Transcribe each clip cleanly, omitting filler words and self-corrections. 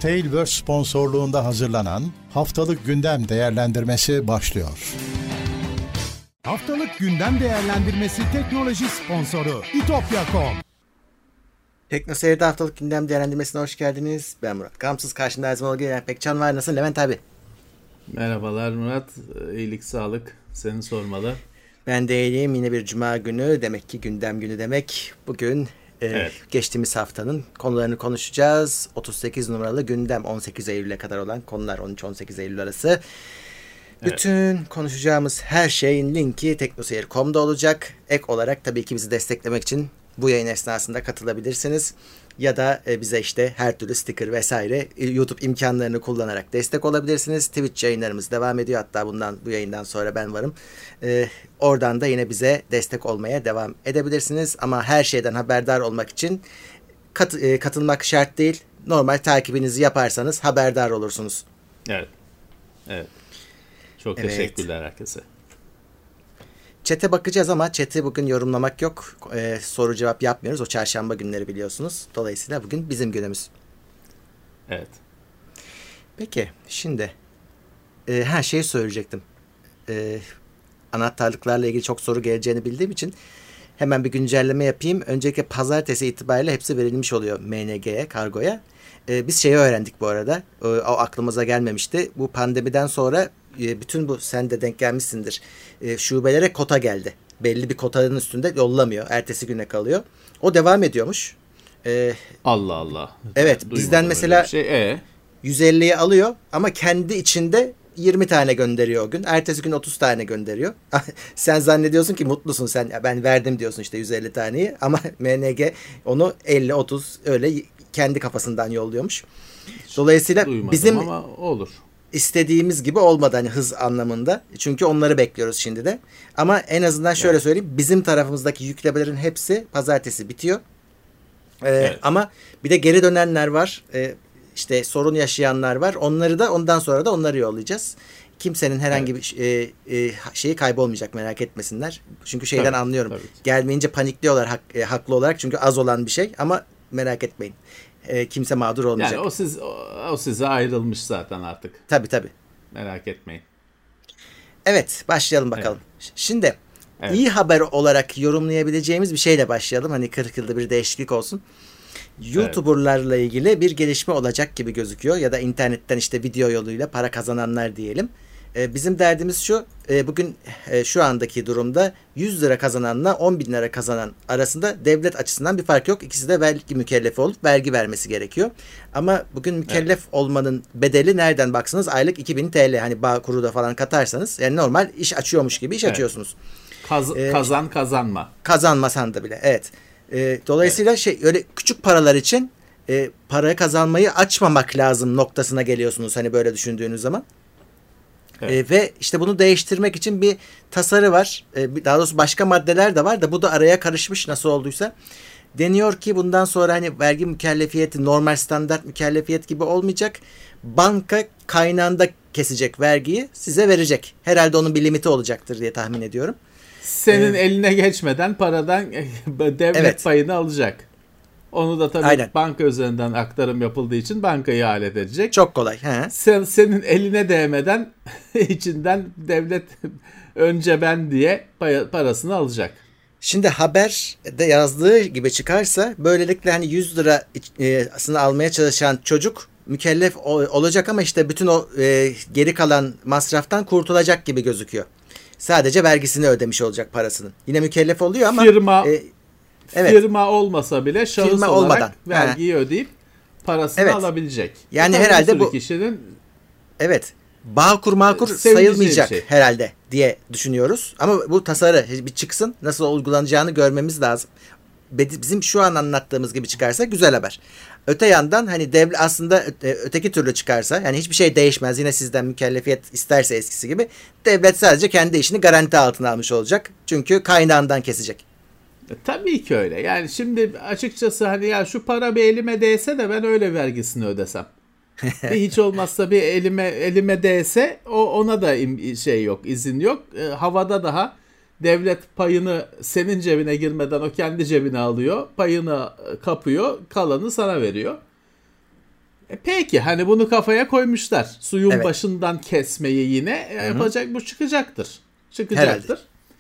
Tailverse sponsorluğunda hazırlanan Haftalık Gündem Değerlendirmesi başlıyor. Haftalık Gündem Değerlendirmesi teknoloji sponsoru itopya.com. Teknoseyir'de Haftalık Gündem Değerlendirmesi'ne hoş geldiniz. Ben Murat Gamsız, karşımda her zaman Levent Pekcan var. Nasılsın Levent abi? Merhabalar Murat. İyilik, sağlık. Seni sormalı. Ben de iyiyim. Yine bir cuma günü. Demek ki gündem günü demek. Bugün evet, geçtiğimiz haftanın konularını konuşacağız. 38 numaralı gündem, 18 Eylül'e kadar olan konular, 13-18 Eylül arası. Evet. Bütün konuşacağımız her şeyin linki teknoseyir.com'da olacak. Ek olarak tabii ki bizi desteklemek için bu yayın esnasında katılabilirsiniz. Ya da bize işte her türlü sticker vesaire YouTube imkanlarını kullanarak destek olabilirsiniz. Twitch yayınlarımız devam ediyor. Hatta bu yayından sonra ben varım. Oradan da yine bize destek olmaya devam edebilirsiniz. Ama her şeyden haberdar olmak için katılmak şart değil. Normal takibinizi yaparsanız haberdar olursunuz. Evet. Evet. Çok teşekkürler herkese. Chat'e bakacağız ama chat'i bugün yorumlamak yok. Soru cevap yapmıyoruz. O çarşamba günleri biliyorsunuz. Dolayısıyla bugün bizim günümüz. Evet. Peki şimdi her şeyi söyleyecektim. Anahtarlıklarla ilgili çok soru geleceğini bildiğim için hemen bir güncelleme yapayım. Öncelikle pazartesi itibariyle hepsi verilmiş oluyor MNG'ye, kargoya. Biz şeyi öğrendik bu arada. O aklımıza gelmemişti. Bu pandemiden sonra bütün bu, sen de denk gelmişsindir, şubelere kota geldi. Belli bir kotanın üstünde yollamıyor. Ertesi güne kalıyor. O devam ediyormuş. Allah Allah. Evet. Duymadım, bizden mesela 150'yi alıyor ama kendi içinde 20 tane gönderiyor o gün. Ertesi gün 30 tane gönderiyor. Sen zannediyorsun ki mutlusun. Sen ben verdim diyorsun işte 150 taneyi ama MNG onu 50-30 öyle kendi kafasından yolluyormuş. Dolayısıyla bizim ama olur. İstediğimiz gibi olmadı hani hız anlamında. Çünkü onları bekliyoruz şimdi de. Ama en azından şöyle söyleyeyim. Bizim tarafımızdaki yüklemelerin hepsi pazartesi bitiyor. Ama bir de geri dönenler var. İşte sorun yaşayanlar var. Onları da ondan sonra da onları yollayacağız. Kimsenin herhangi bir şeyi kaybolmayacak, merak etmesinler. Çünkü şeyden anlıyorum. Tabii. Gelmeyince panikliyorlar haklı olarak. Çünkü az olan bir şey ama merak etmeyin. Kimse mağdur olmayacak. Yani o size ayrılmış zaten artık. Tabii. Merak etmeyin. Evet, başlayalım bakalım. Evet. Şimdi iyi haber olarak yorumlayabileceğimiz bir şeyle başlayalım. Hani 40 yılda bir değişiklik olsun. YouTuber'larla ilgili bir gelişme olacak gibi gözüküyor. Ya da internetten işte video yoluyla para kazananlar diyelim. Bizim derdimiz şu, bugün şu andaki durumda 100 lira kazananla 10 bin lira kazanan arasında devlet açısından bir fark yok. İkisi de vergi mükellefi olup vergi vermesi gerekiyor. Ama bugün mükellef olmanın bedeli nereden baksanız aylık 2000 TL. Hani Bağkur'u da falan katarsanız yani normal iş açıyormuş gibi iş açıyorsunuz. Kazanma. Kazanmasan da bile evet. Dolayısıyla öyle küçük paralar için para kazanmayı açmamak lazım noktasına geliyorsunuz hani böyle düşündüğünüz zaman. Evet. Ve işte bunu değiştirmek için bir tasarı var. Daha doğrusu başka maddeler de var da bu da araya karışmış nasıl olduysa. Deniyor ki bundan sonra hani vergi mükellefiyeti normal standart mükellefiyet gibi olmayacak. Banka kaynağında kesecek vergiyi size verecek. Herhalde onun bir limiti olacaktır diye tahmin ediyorum. Senin eline geçmeden paradan devlet payını alacak. Onu da tabii banka üzerinden aktarım yapıldığı için bankayı alet edecek. Çok kolay. Senin eline değmeden içinden devlet önce ben diye parasını alacak. Şimdi haberde yazdığı gibi çıkarsa böylelikle hani 100 lirasını almaya çalışan çocuk mükellef olacak ama işte bütün o geri kalan masraftan kurtulacak gibi gözüküyor. Sadece vergisini ödemiş olacak parasının. Yine mükellef oluyor ama firma olmasa bile şahıs olarak vergiyi ödeyip parasını alabilecek. Yani herhalde bu kişinin Bağkur sayılmayacak herhalde diye düşünüyoruz. Ama bu tasarı bir çıksın, nasıl uygulanacağını görmemiz lazım. Bizim şu an anlattığımız gibi çıkarsa güzel haber. Öte yandan hani devlet aslında öteki türlü çıkarsa yani hiçbir şey değişmez. Yine sizden mükellefiyet isterse eskisi gibi devlet sadece kendi işini garanti altına almış olacak. Çünkü kaynağından kesecek. Tabii ki öyle. Yani şimdi açıkçası hani ya şu para bir elime değse de ben öyle vergisini ödesem. Hiç olmazsa bir elime değse ona da şey yok, izin yok. Havada daha devlet payını senin cebine girmeden o kendi cebine alıyor. Payını kapıyor, kalanı sana veriyor. Peki hani bunu kafaya koymuşlar. Suyun Evet. başından kesmeyi yine yapacak, bu çıkacaktır. Çıkacaktır.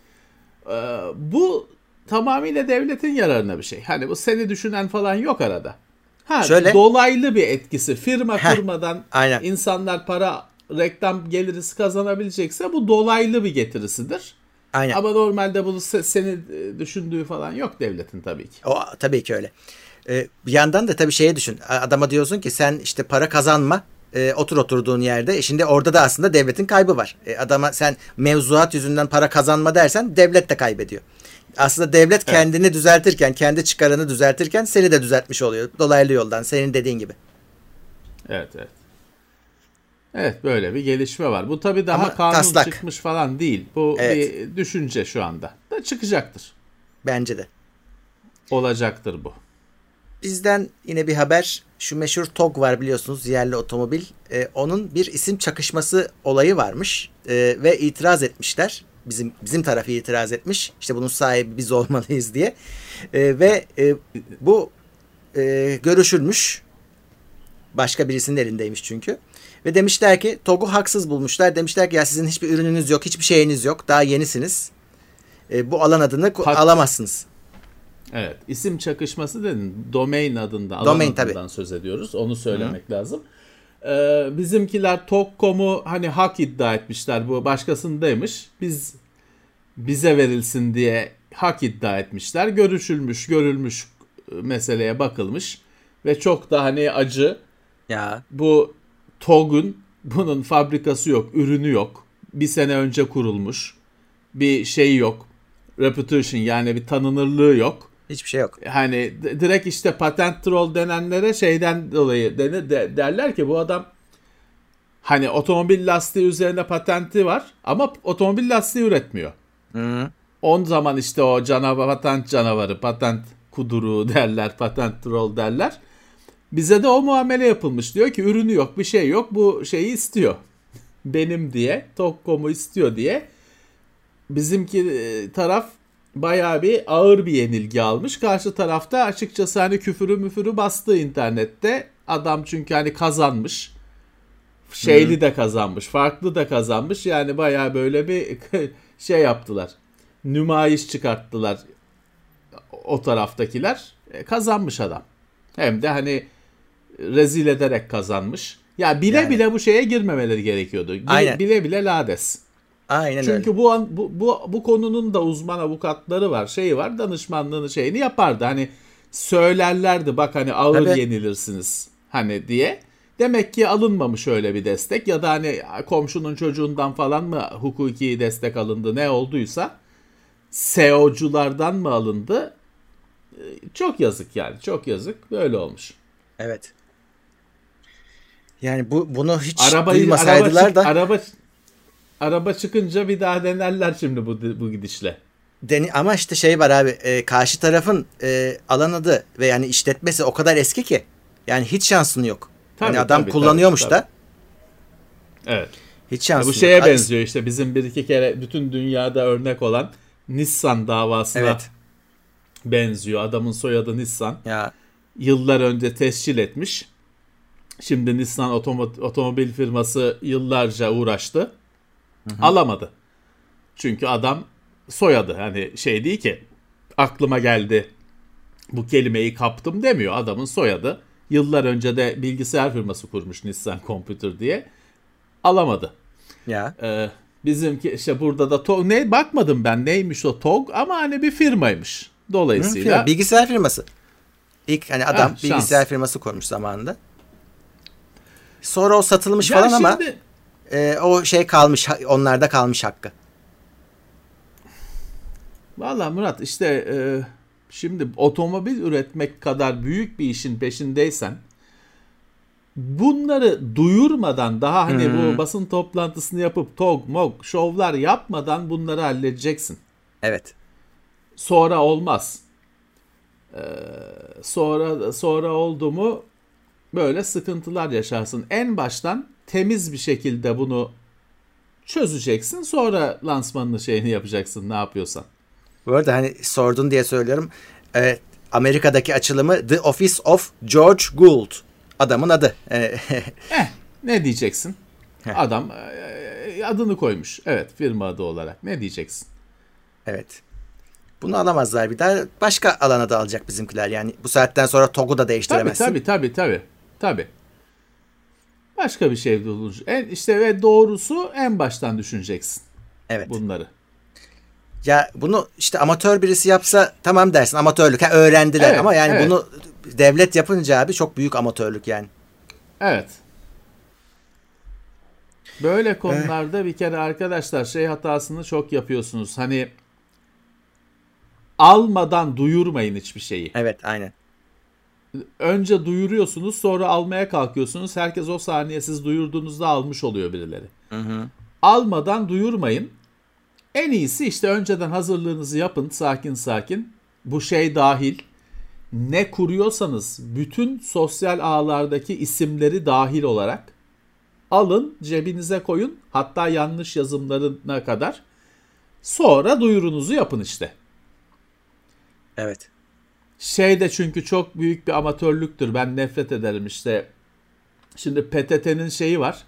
Bu tamamıyla devletin yararına bir şey. Hani bu seni düşünen falan yok arada. Şöyle. Dolaylı bir etkisi. Firmadan aynen. insanlar para, reklam gelirisi kazanabilecekse bu dolaylı bir getirisidir. Aynen. Ama normalde bunu seni düşündüğü falan yok devletin tabii ki. O tabii ki öyle. Bir yandan da tabii şeye düşün. Adama diyorsun ki sen işte para kazanma. Otur oturduğun yerde. Şimdi orada da aslında devletin kaybı var. Adama sen mevzuat yüzünden para kazanma dersen devlet de kaybediyor. Aslında devlet kendini düzeltirken, kendi çıkarını düzeltirken seni de düzeltmiş oluyor. Dolaylı yoldan senin dediğin gibi. Evet. Evet, böyle bir gelişme var. Bu tabii daha Ama kanun taslak. çıkmış falan değil. Bu Evet. bir düşünce şu anda. Da çıkacaktır. Bence de. Olacaktır bu. Bizden yine bir haber. Şu meşhur TOG var biliyorsunuz, yerli otomobil. Onun bir isim çakışması olayı varmış. Ve itiraz etmişler. Bizim tarafı itiraz etmiş. İşte bunun sahibi biz olmalıyız diye. Bu görüşülmüş. Başka birisinin elindeymiş çünkü. Ve demişler ki TOG'u haksız bulmuşlar. Demişler ki ya sizin hiçbir ürününüz yok, hiçbir şeyiniz yok. Daha yenisiniz. Bu alan adını alamazsınız. Evet, isim çakışması dedin. Domain adında, alan Domain, adından tabii. söz ediyoruz. Onu söylemek lazım. Bizimkiler TOG.com'u hani hak iddia etmişler. Bu başkasındaymış. Bize verilsin diye hak iddia etmişler. Görülmüş meseleye bakılmış ve çok da hani acı. Ya. Bu TOG'un bunun fabrikası yok, ürünü yok. Bir sene önce kurulmuş. Bir şey yok. Reputation, yani bir tanınırlığı yok. Hiçbir şey yok. Hani direkt işte patent troll denenlere şeyden dolayı derler ki bu adam hani otomobil lastiği üzerinde patenti var ama otomobil lastiği üretmiyor. Hı. On zaman işte o patent canavarı, patent kuduru derler, patent troll derler. Bize de o muamele yapılmış. Diyor ki ürünü yok, bir şey yok, bu şeyi istiyor. Benim diye, TOG.com'u istiyor diye. Bizimki taraf bayağı bir ağır bir yenilgi almış. Karşı tarafta açıkçası hani küfürü bastı internette. Adam çünkü hani kazanmış. Şeyli de kazanmış, farklı da kazanmış. Yani bayağı böyle bir şey yaptılar. Nümayiş çıkarttılar o taraftakiler. Kazanmış adam. Hem de hani rezil ederek kazanmış. Ya bile bu şeye girmemeleri gerekiyordu. Aynen. Bile lades. Aynen Çünkü öyle. bu konunun da uzman avukatları var, şeyi var, danışmanlığını şeyini yapardı. Hani söylerlerdi bak hani ağır Tabii. yenilirsiniz hani diye. Demek ki alınmamış öyle bir destek ya da hani komşunun çocuğundan falan mı hukuki destek alındı, ne olduysa SEO'culardan mı alındı? Çok yazık yani, çok yazık, böyle olmuş. Evet. Yani bunu hiç duymasaydılar da. Araba çıkınca bir daha denerler şimdi bu gidişle. Ama işte şey var abi, karşı tarafın alan adı ve yani işletmesi o kadar eski ki yani hiç şansın yok. Tabii, yani adam tabii, kullanıyormuş tabii. da. Evet. Hiç şansın Bu yok. şeye benziyor işte, bizim bir iki kere bütün dünyada örnek olan Nissan davasına Evet. benziyor. Adamın soyadı Nissan. Ya. Yıllar önce tescil etmiş. Şimdi Nissan otomobil firması yıllarca uğraştı. Alamadı. Çünkü adam soyadı. Hani şey değil ki aklıma geldi bu kelimeyi kaptım demiyor. Adamın soyadı. Yıllar önce de bilgisayar firması kurmuş Nissan Computer diye. Alamadı. Ya. Bizimki işte burada da TOG, bakmadım ben neymiş o TOG ama hani bir firmaymış. Dolayısıyla Bilgisayar firması. İlk hani adam şans. bilgisayar firması kurmuş zamanında. Sonra o satılmış Ya falan şimdi, ama o şey kalmış, onlarda kalmış hakkı. Valla Murat işte şimdi otomobil üretmek kadar büyük bir işin peşindeysen bunları duyurmadan daha hani bu basın toplantısını yapıp TOG, şovlar yapmadan bunları halledeceksin. Evet. Sonra olmaz. Sonra oldu mu böyle sıkıntılar yaşarsın. En baştan temiz bir şekilde bunu çözeceksin. Sonra lansmanını şeyini yapacaksın, ne yapıyorsan. Bu arada hani sordun diye söylüyorum. Amerika'daki açılımı The Office of George Gould adamın adı. Ne diyeceksin? Heh. Adam adını koymuş. Evet, firma adı olarak. Ne diyeceksin? Evet. Bunu alamazlar bir daha. Başka alana da alacak bizimkiler. Yani bu saatten sonra TOG'u da değiştiremezsin. Tabii. Başka bir şey de olur. İşte ve doğrusu en baştan düşüneceksin. Evet. Bunları. Ya bunu işte amatör birisi yapsa tamam dersin. Amatörlük. Öğrendiler Evet, ama yani evet. bunu devlet yapınca abi çok büyük amatörlük yani. Evet. Böyle konularda bir kere arkadaşlar şey hatasını çok yapıyorsunuz. Hani almadan duyurmayın hiçbir şeyi. Evet, aynen. Önce duyuruyorsunuz, sonra almaya kalkıyorsunuz. Herkes o saniye siz duyurduğunuzda almış oluyor birileri. Hı. Almadan duyurmayın. En iyisi işte önceden hazırlığınızı yapın sakin sakin. Bu şey dahil. Ne kuruyorsanız bütün sosyal ağlardaki isimleri dahil olarak alın, cebinize koyun. Hatta yanlış yazımlarına kadar. Sonra duyurunuzu yapın işte. Evet. Şey de çünkü çok büyük bir amatörlüktür. Ben nefret ederim işte. Şimdi PTT'nin şeyi var.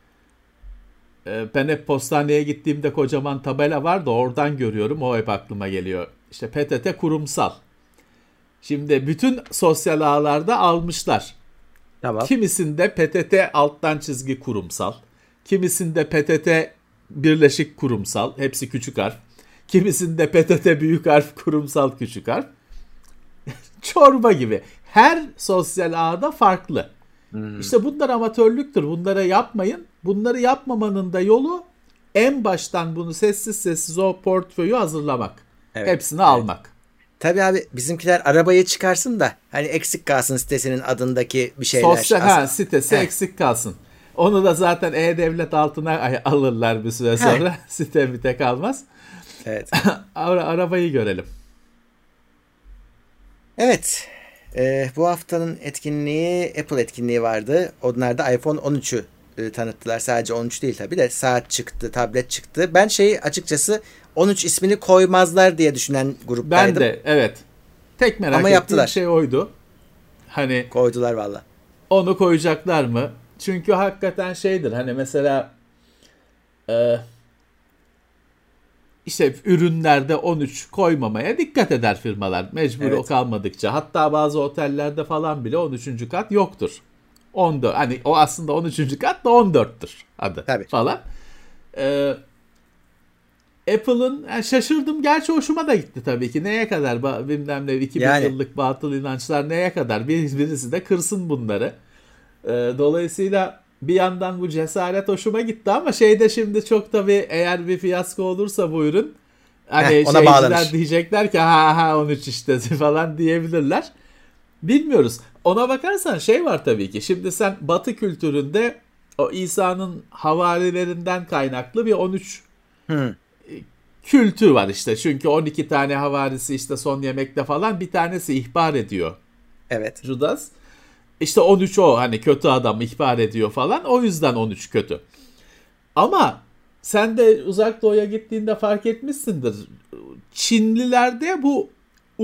Ben hep postaneye gittiğimde kocaman tabela var da oradan görüyorum. O hep aklıma geliyor. İşte PTT kurumsal. Şimdi bütün sosyal ağlarda almışlar. Tamam. Kimisinde PTT alttan çizgi kurumsal. Kimisinde PTT birleşik kurumsal. Hepsi küçük harf. Kimisinde PTT büyük harf kurumsal küçük harf. Çorba gibi. Her sosyal ağda farklı. İşte bunlar amatörlüktür. Bunları yapmayın. Bunları yapmamanın da yolu en baştan bunu sessiz o portföyü hazırlamak. Evet, Hepsini almak. Tabii abi bizimkiler arabayı çıkarsın da hani eksik kalsın sitesinin adındaki bir şeyler. Sosyal sitesi eksik kalsın. Onu da zaten E-Devlet altına alırlar bir süre sonra. Site kalmaz. Evet. Arabayı görelim. Evet. Bu haftanın etkinliği Apple etkinliği vardı. Onlar da iPhone 13'ü tanıttılar. Sadece 13 değil tabii de saat çıktı, tablet çıktı. Ben açıkçası 13 ismini koymazlar diye düşünen gruptaydım. Ben de evet. Tek merak Ama ettiğim yaptılar. şey oydu. Hani Koydular valla. onu koyacaklar mı? Çünkü hakikaten şeydir hani mesela işte ürünlerde 13 koymamaya dikkat eder firmalar. Mecbur Evet. o kalmadıkça. Hatta bazı otellerde falan bile 13. kat yoktur. 14. Hani o aslında 13. kat da 14'tür adı Tabii. falan. Apple'ın şaşırdım. Gerçi hoşuma da gitti tabii ki. Neye kadar bilmem ne 2000 Yani. yıllık batıl inançlar neye kadar? Birisi de kırsın bunları. Dolayısıyla bir yandan bu cesaret hoşuma gitti ama şeyde şimdi çok tabii eğer bir fiyasko olursa bu ürün hani ona bağlanır. şeyciler diyecekler ki ha 13 işte falan diyebilirler. Bilmiyoruz. Ona bakarsan şey var tabii ki. Şimdi sen Batı kültüründe o İsa'nın havarilerinden kaynaklı bir 13 kültür var işte. Çünkü 12 tane havarisi işte son yemekte falan bir tanesi ihbar ediyor. Evet. Judas. İşte 13 o hani kötü adam ihbar ediyor falan. O yüzden 13 kötü. Ama sen de Uzak Doğu'ya gittiğinde fark etmişsindir. Çinlilerde bu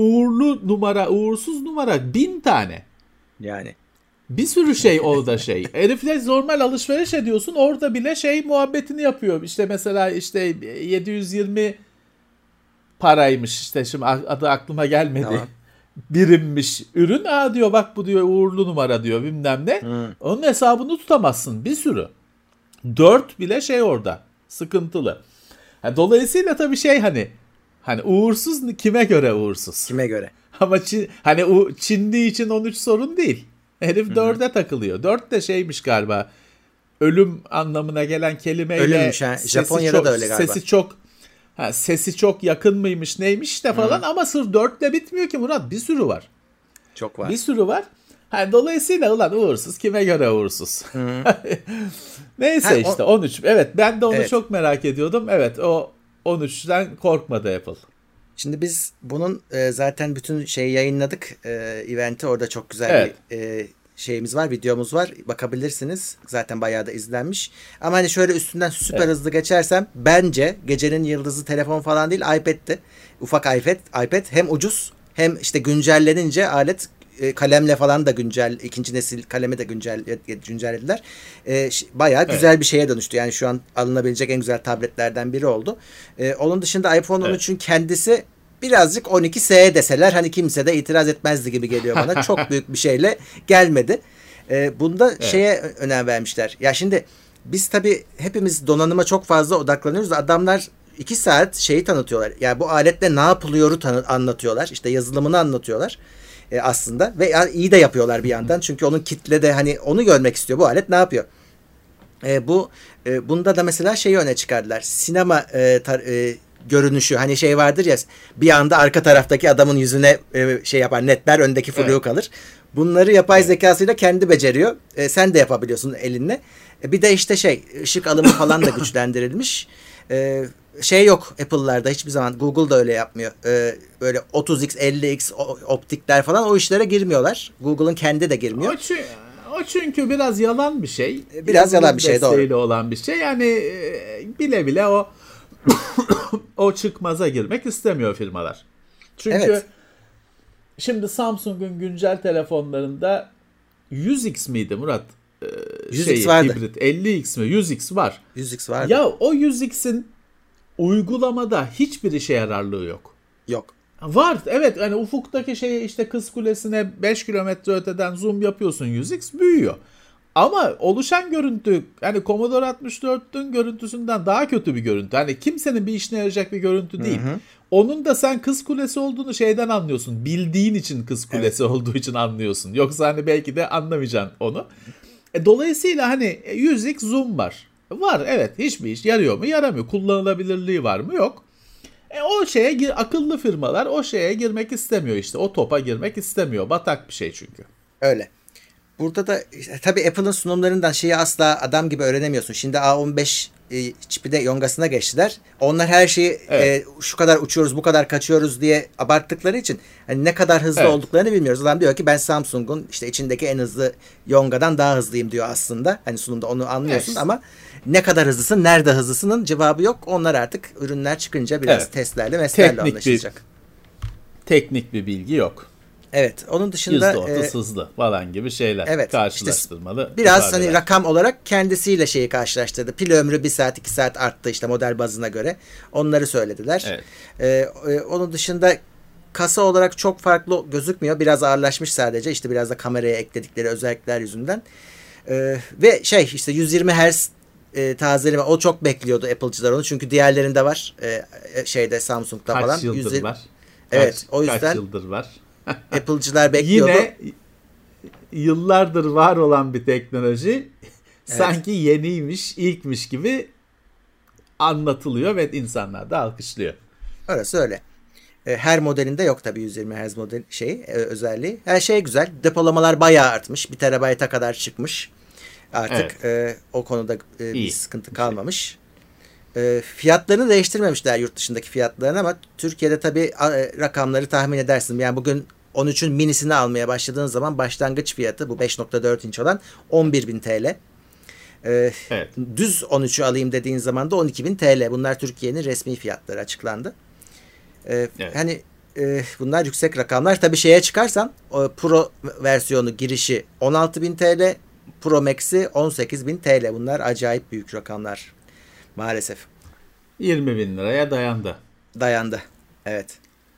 uğursuz numara 1000 tane. Yani. Bir sürü şey orada şey. Herifle normal alışveriş ediyorsun. Orada bile şey muhabbetini yapıyor. İşte mesela işte 720 paraymış işte şimdi adı aklıma gelmedi. Tamam. Birimmiş ürün. Diyor bak bu diyor uğurlu numara diyor bilmem ne. Onun hesabını tutamazsın bir sürü. 4 bile şey orada. Sıkıntılı. Dolayısıyla tabii şey hani uğursuz kime göre uğursuz? Kime göre? Ama Çinli için 13 sorun değil. Herif 4'e takılıyor. 4 de şeymiş galiba. Ölüm anlamına gelen kelimeyle Ölümmüş ha. Japonya'da da öyle galiba. Sesi çok yakın mıymış neymiş de falan ama sırf 4'le bitmiyor ki Murat. Bir sürü var. Çok var. Bir sürü var. Dolayısıyla ulan uğursuz kime göre uğursuz? Neyse işte 13. Evet ben de onu çok merak ediyordum. Evet o 13'ten korkmadı Apple. Şimdi biz bunun zaten bütün şeyi yayınladık. Event'i orada çok güzel bir şeyimiz var, videomuz var. Bakabilirsiniz. Zaten bayağı da izlenmiş. Ama hani şöyle üstünden süper hızlı geçersem bence gecenin yıldızı telefon falan değil iPad'ti. Ufak iPad hem ucuz hem işte güncellenince alet kalemle falan da ikinci nesil kalemi de güncellediler. Bayağı güzel bir şeye dönüştü. Yani şu an alınabilecek en güzel tabletlerden biri oldu. Onun dışında iPhone 13'ün kendisi birazcık 12S deseler hani kimse de itiraz etmezdi gibi geliyor bana. Çok büyük bir şeyle gelmedi. Bunda şeye önem vermişler. Ya şimdi biz tabii hepimiz donanıma çok fazla odaklanıyoruz. Adamlar 2 saat şeyi tanıtıyorlar. Yani bu aletle ne yapılıyoru anlatıyorlar. İşte yazılımını anlatıyorlar aslında. Ve iyi de yapıyorlar bir yandan. Çünkü onun kitle de hani onu görmek istiyor. Bu alet ne yapıyor? Bunda da mesela şeyi öne çıkardılar. Sinema görünüşü. Hani şey vardır ya, bir anda arka taraftaki adamın yüzüne şey yapar, netler, öndeki flu kalır. Bunları yapay zekasıyla kendi beceriyor. Sen de yapabiliyorsun elinle. Bir de işte ışık alımı falan da güçlendirilmiş. Şey yok Apple'larda hiçbir zaman. Google da öyle yapmıyor. Böyle 30x, 50x optikler falan o işlere girmiyorlar. Google'ın kendi de girmiyor. O çünkü biraz yalan bir şey. Biraz yalan bir şey, doğru. Olan bir şey. Yani bile bile o çıkmaza girmek istemiyor firmalar. Çünkü şimdi Samsung'un güncel telefonlarında 100x miydi Murat? 100x vardı. Hibrit 50x mi? 100x var. 100x vardı. Ya o 100x'in uygulamada hiçbir işe yararlığı yok. Yok. Var evet, hani ufuktaki işte Kız Kulesi'ne 5 kilometre öteden zoom yapıyorsun, 100x büyüyor. Ama oluşan görüntü hani Commodore 64'ün görüntüsünden daha kötü bir görüntü. Hani kimsenin bir işine yarayacak bir görüntü değil. Hı hı. Onun da sen Kız Kulesi olduğunu şeyden anlıyorsun. Bildiğin için Kız Kulesi olduğu için anlıyorsun. Yoksa hani belki de anlamayacaksın onu. Dolayısıyla hani 100x zoom var. Var evet, hiçbir iş yarıyor mu? Yaramıyor. Kullanılabilirliği var mı? Yok. O şeye akıllı firmalar o şeye girmek istemiyor işte. O topa girmek istemiyor. Batak bir şey çünkü. Öyle. Burada da tabii Apple'ın sunumlarından şeyi asla adam gibi öğrenemiyorsun. Şimdi A15 çipi de yongasına geçtiler. Onlar her şeyi şu kadar uçuyoruz, bu kadar kaçıyoruz diye abarttıkları için hani ne kadar hızlı olduklarını bilmiyoruz. Adam diyor ki ben Samsung'un işte içindeki en hızlı yongadan daha hızlıyım diyor aslında. Hani sunumda onu anlıyorsun ama ne kadar hızlısın, nerede hızlısının cevabı yok. Onlar artık ürünler çıkınca biraz testlerle, meslerle anlaşılacak. Teknik bir bilgi yok. Evet. Onun dışında %30 hızlı falan gibi şeyler karşılaştırmalı. İşte biraz hani rakam olarak kendisiyle şeyi karşılaştırdı. Pil ömrü 1 saat 2 saat arttı işte model bazına göre. Onları söylediler. Evet. Onun dışında kasa olarak çok farklı gözükmüyor. Biraz ağırlaşmış sadece. İşte biraz da kameraya ekledikleri özellikler yüzünden. Ve işte 120 Hz tazeleme, o çok bekliyordu Apple'cılar onu. Çünkü diğerlerinde var. Şeyde Samsung'da falan. Kaç yıldır var? Evet. O yüzden kaç yıldır var? Apple'cılar bekliyordu. Yine yıllardır var olan bir teknoloji sanki yeniymiş, ilkmiş gibi anlatılıyor ve insanlar da alkışlıyor. Orası öyle. Her modelinde yok tabii 120 Hz model özelliği. Her şey güzel. Depolamalar bayağı artmış. 1 TB'a kadar çıkmış. Artık o konuda bir sıkıntı kalmamış. Fiyatlarını değiştirmemişler yurt dışındaki fiyatlarını ama Türkiye'de tabii rakamları tahmin edersin. Yani bugün 13'ün minisini almaya başladığın zaman başlangıç fiyatı bu 5.4 inç olan 11.000 TL. Düz 13'ü alayım dediğin zaman da 12.000 TL. Bunlar Türkiye'nin resmi fiyatları açıklandı. Hani bunlar yüksek rakamlar. Tabii şeye çıkarsan Pro versiyonu girişi 16.000 TL, Pro Max'i 18.000 TL. Bunlar acayip büyük rakamlar maalesef. 20.000 liraya dayandı. Evet.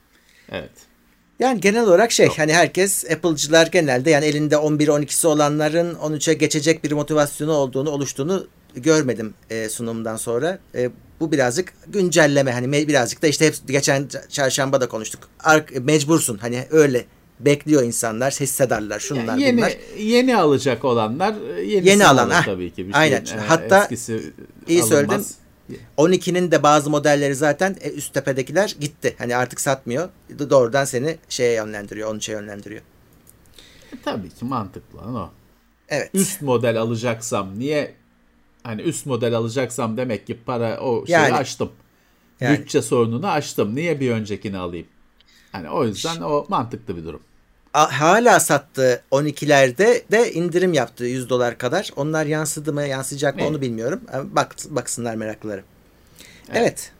Yani genel olarak hani herkes Apple'cılar genelde yani elinde 11-12'si olanların 13'e geçecek bir motivasyonu oluştuğunu görmedim sunumdan sonra. Bu birazcık güncelleme, hani birazcık da işte hep geçen çarşamba da konuştuk. Mecbursun, hani öyle bekliyor insanlar, hissedarlar, şunlar bunlar. Yeni alacak olanlar yeni alan tabii ki. Aynen. Hatta iyi söyledin. 12'nin de bazı modelleri zaten üst tepedekiler gitti. Hani artık satmıyor. Doğrudan seni şeye yönlendiriyor, 13'e yönlendiriyor. Tabii ki mantıklı o. Evet. Üst model alacaksam niye, hani üst model alacaksam demek ki şeyi açtım. Bütçe sorununu açtım. Niye bir öncekini alayım? Hani o yüzden o mantıklı bir durum. Hala sattığı 12'lerde de indirim yaptı $100 kadar. Onlar yansıdı mı, yansıyacak mı onu bilmiyorum. Baksınlar meraklıları. Evet.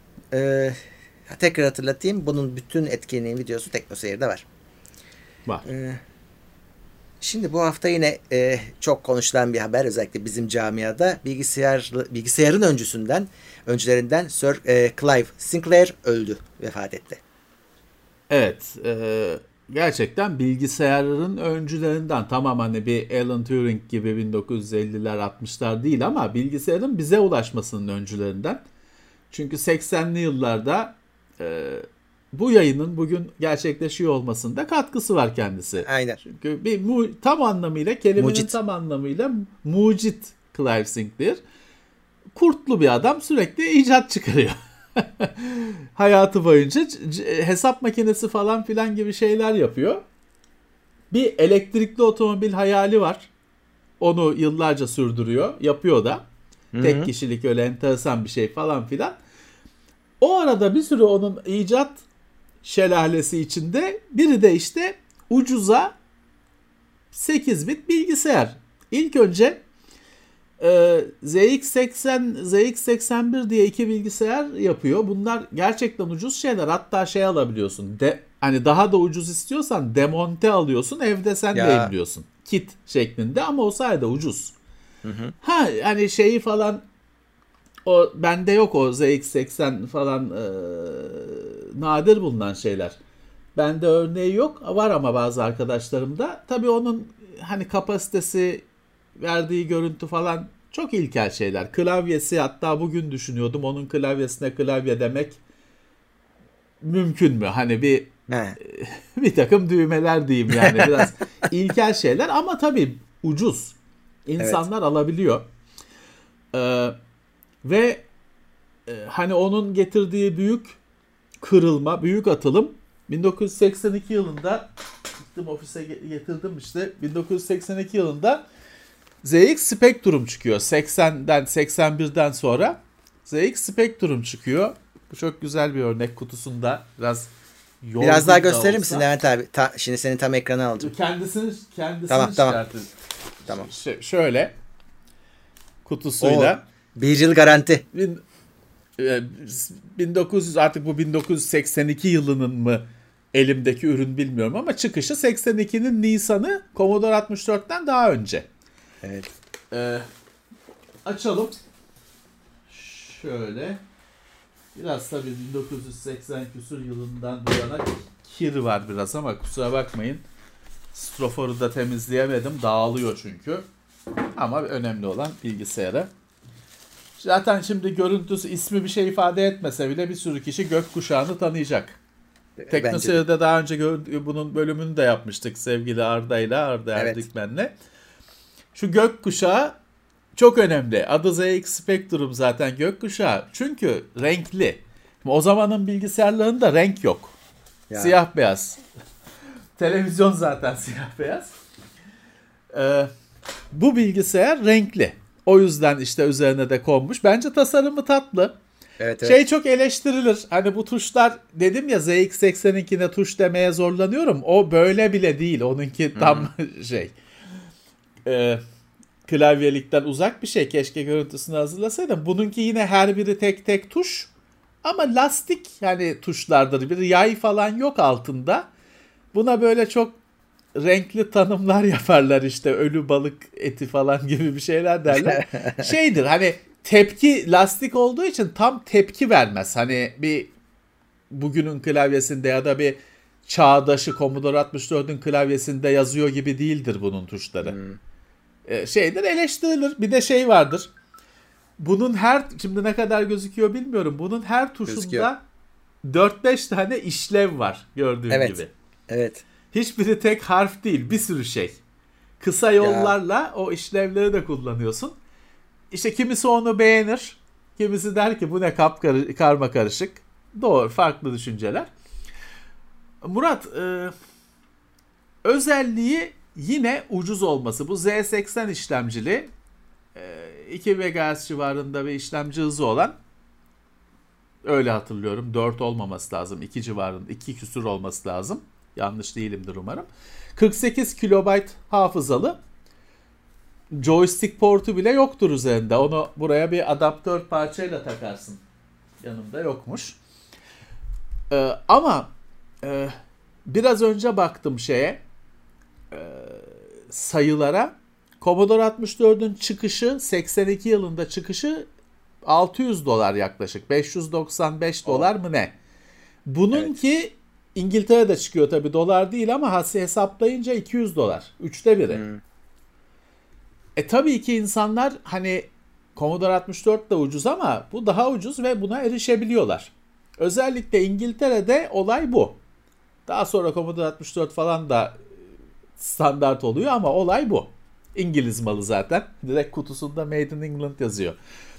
Tekrar hatırlatayım. Bunun bütün etkinliğin videosu TeknoSeyir'de var. Şimdi bu hafta yine çok konuşulan bir haber, özellikle bizim camiada, bilgisayarın öncülerinden Sir Clive Sinclair öldü, vefat etti. Evet, gerçekten bilgisayarın öncülerinden, tamam hani bir Alan Turing gibi 1950'ler 60'lar değil ama bilgisayarın bize ulaşmasının öncülerinden. Çünkü 80'li yıllarda bu yayının bugün gerçekleşiyor olmasında katkısı var kendisi. Aynen. Çünkü tam anlamıyla, kelimenin tam anlamıyla mucit Clive Sinclair. Kurtlu bir adam, sürekli icat çıkarıyor. Hayatı boyunca hesap makinesi falan filan gibi şeyler yapıyor. Bir elektrikli otomobil hayali var. Onu yıllarca sürdürüyor. Yapıyor da. Hı-hı. Tek kişilik, öyle enteresan bir şey falan filan. O arada bir sürü onun icat şelalesi içinde, biri de işte ucuza 8 bit bilgisayar. İlk önce ZX80, ZX81 diye 2 bilgisayar yapıyor. Bunlar gerçekten ucuz şeyler. Hatta şey alabiliyorsun. Hani daha da ucuz istiyorsan demonte alıyorsun. Evde sen de emliyorsun. Kit şeklinde, ama o sayede ucuz. Hı. Hani şeyi falan, o bende yok, o ZX80 falan nadir bulunan şeyler. Bende örneği yok. Var ama bazı arkadaşlarımda. Tabii onun hani kapasitesi, verdiği görüntü falan çok ilkel şeyler. Klavyesi, hatta bugün düşünüyordum, onun klavyesine klavye demek mümkün mü? Hani bir takım düğmeler diyeyim yani, biraz ilkel şeyler ama tabii ucuz. İnsanlar alabiliyor. Ve hani onun getirdiği büyük kırılma, büyük atılım 1982 yılında gittim ofise getirdim işte, 1982 yılında ZX Spectrum çıkıyor. 80'den 81'den sonra ZX Spectrum çıkıyor. Bu çok güzel bir örnek, kutusunda biraz daha gösterir misin Levent abi? Şimdi seni tam ekrana alacağım. Kendisini çıkartın. Tamam. Şöyle kutusuyla. Bir yıl garanti. 1900, artık bu 1982 yılının mı elimdeki ürün bilmiyorum ama çıkışı 82'nin Nisan'ı, Commodore 64'ten daha önce. Evet. Açalım. Şöyle. Biraz tabii 1980 küsur yılından bu yana kir var biraz ama kusura bakmayın. Stroforu da temizleyemedim. Dağılıyor çünkü. Ama önemli olan bilgisayara. Zaten şimdi görüntüsü, ismi bir şey ifade etmese bile bir sürü kişi gökkuşağını tanıyacak. Teknoseyir'de daha önce bunun bölümünü de yapmıştık sevgili Arda Erdikmen'le. Şu gökkuşağı çok önemli. Adı ZX Spectrum zaten gökkuşağı. Çünkü renkli. O zamanın bilgisayarlarında renk yok. Ya. Siyah beyaz. Televizyon zaten siyah beyaz. Bu bilgisayar renkli. O yüzden işte üzerine de konmuş. Bence tasarımı tatlı. Evet. Şey çok eleştirilir. Hani bu tuşlar, dedim ya ZX82'ne tuş demeye zorlanıyorum. O böyle bile değil. Onunki tam klavyelikten uzak bir şey. Keşke görüntüsünü hazırlasaydım. Bununki yine her biri tek tek tuş. Ama lastik yani tuşlardır. Bir yay falan yok altında. Buna böyle çok renkli tanımlar yaparlar, işte ölü balık eti falan gibi bir şeyler derler. Şeydir hani, tepki lastik olduğu için tam tepki vermez. Hani bir bugünün klavyesinde ya da bir çağdaşı Commodore 64'ün klavyesinde yazıyor gibi değildir bunun tuşları. Şeydir, eleştirilir. Bir de şey vardır. Bunun şimdi ne kadar gözüküyor bilmiyorum. Bunun her tuşunda 4-5 tane işlev var gördüğün gibi. Evet. Hiçbiri tek harf değil, bir sürü şey. Kısa yollarla o işlevleri de kullanıyorsun. İşte kimisi onu beğenir, kimisi der ki bu ne karma karışık. Doğru, farklı düşünceler. Murat, özelliği yine ucuz olması. Bu Z80 işlemcili, 2 MHz civarında bir işlemci hızı olan, öyle hatırlıyorum, 4 olmaması lazım, 2 civarında, 2 küsur olması lazım. Yanlış değilimdir umarım. 48 KB hafızalı. Joystick portu bile yoktur üzerinde. Onu buraya bir adaptör parçayla takarsın. Yanımda yokmuş. Ama biraz önce baktım sayılara Commodore 64'ün çıkışı 82 yılında çıkışı $600 yaklaşık. 595 dolar mı ne? Bununki İngiltere'de çıkıyor tabii, dolar değil ama hesaplayınca $200. Üçte biri. Tabii ki insanlar hani Commodore 64 da ucuz ama bu daha ucuz ve buna erişebiliyorlar. Özellikle İngiltere'de olay bu. Daha sonra Commodore 64 falan da standart oluyor ama olay bu. İngiliz malı zaten. Direkt kutusunda Made in England yazıyor.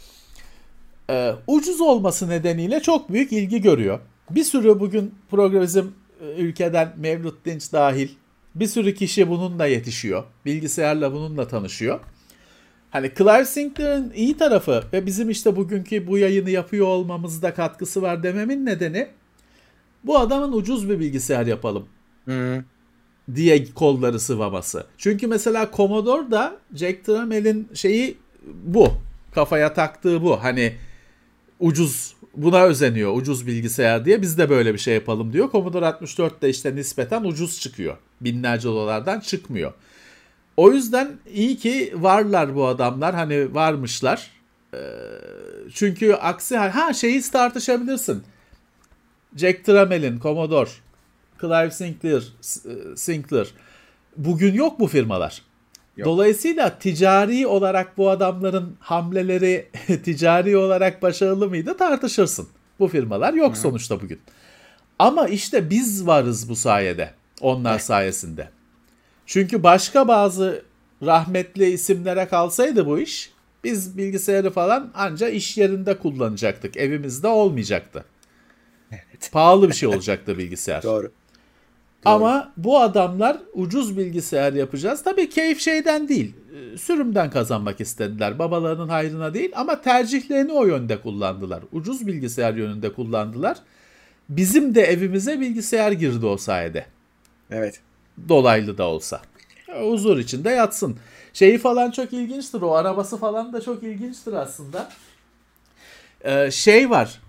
Ucuz olması nedeniyle çok büyük ilgi görüyor. Bir sürü bugün bizim ülkeden Mevlüt Dinç dahil bir sürü kişi bununla yetişiyor. Bilgisayarla bununla tanışıyor. Hani Clive Sinclair'ın iyi tarafı ve bizim işte bugünkü bu yayını yapıyor olmamızda katkısı var dememin nedeni, bu adamın ucuz bir bilgisayar yapalım diye kolları sıvaması. Çünkü mesela Commodore'da Jack Trammell'in şeyi bu. Kafaya taktığı bu. Hani ucuz, buna özeniyor, ucuz bilgisayar diye, biz de böyle bir şey yapalım diyor. Commodore 64 de işte nispeten ucuz çıkıyor. Binlerce dolardan çıkmıyor. O yüzden iyi ki varlar bu adamlar, hani varmışlar. Çünkü aksi şeyi tartışabilirsin. Jack Trammell'in Commodore, Clive Sinclair. Bugün yok bu firmalar. Yok. Dolayısıyla ticari olarak bu adamların hamleleri ticari olarak başarılı mıydı tartışırsın. Bu firmalar yok sonuçta bugün. Ama işte biz varız bu sayede. Onlar sayesinde. Çünkü başka bazı rahmetli isimlere kalsaydı bu iş, biz bilgisayarı falan anca iş yerinde kullanacaktık. Evimizde olmayacaktı. Evet. Pahalı bir şey olacaktı bilgisayar. Doğru. Ama bu adamlar ucuz bilgisayar yapacağız. Tabii keyif şeyden değil, sürümden kazanmak istediler. Babalarının hayrına değil ama tercihlerini o yönde kullandılar. Ucuz bilgisayar yönünde kullandılar. Bizim de evimize bilgisayar girdi o sayede. Evet. Dolaylı da olsa. Huzur içinde yatsın. Şeyi falan çok ilginçtir, o arabası falan da çok ilginçtir aslında. Şey var,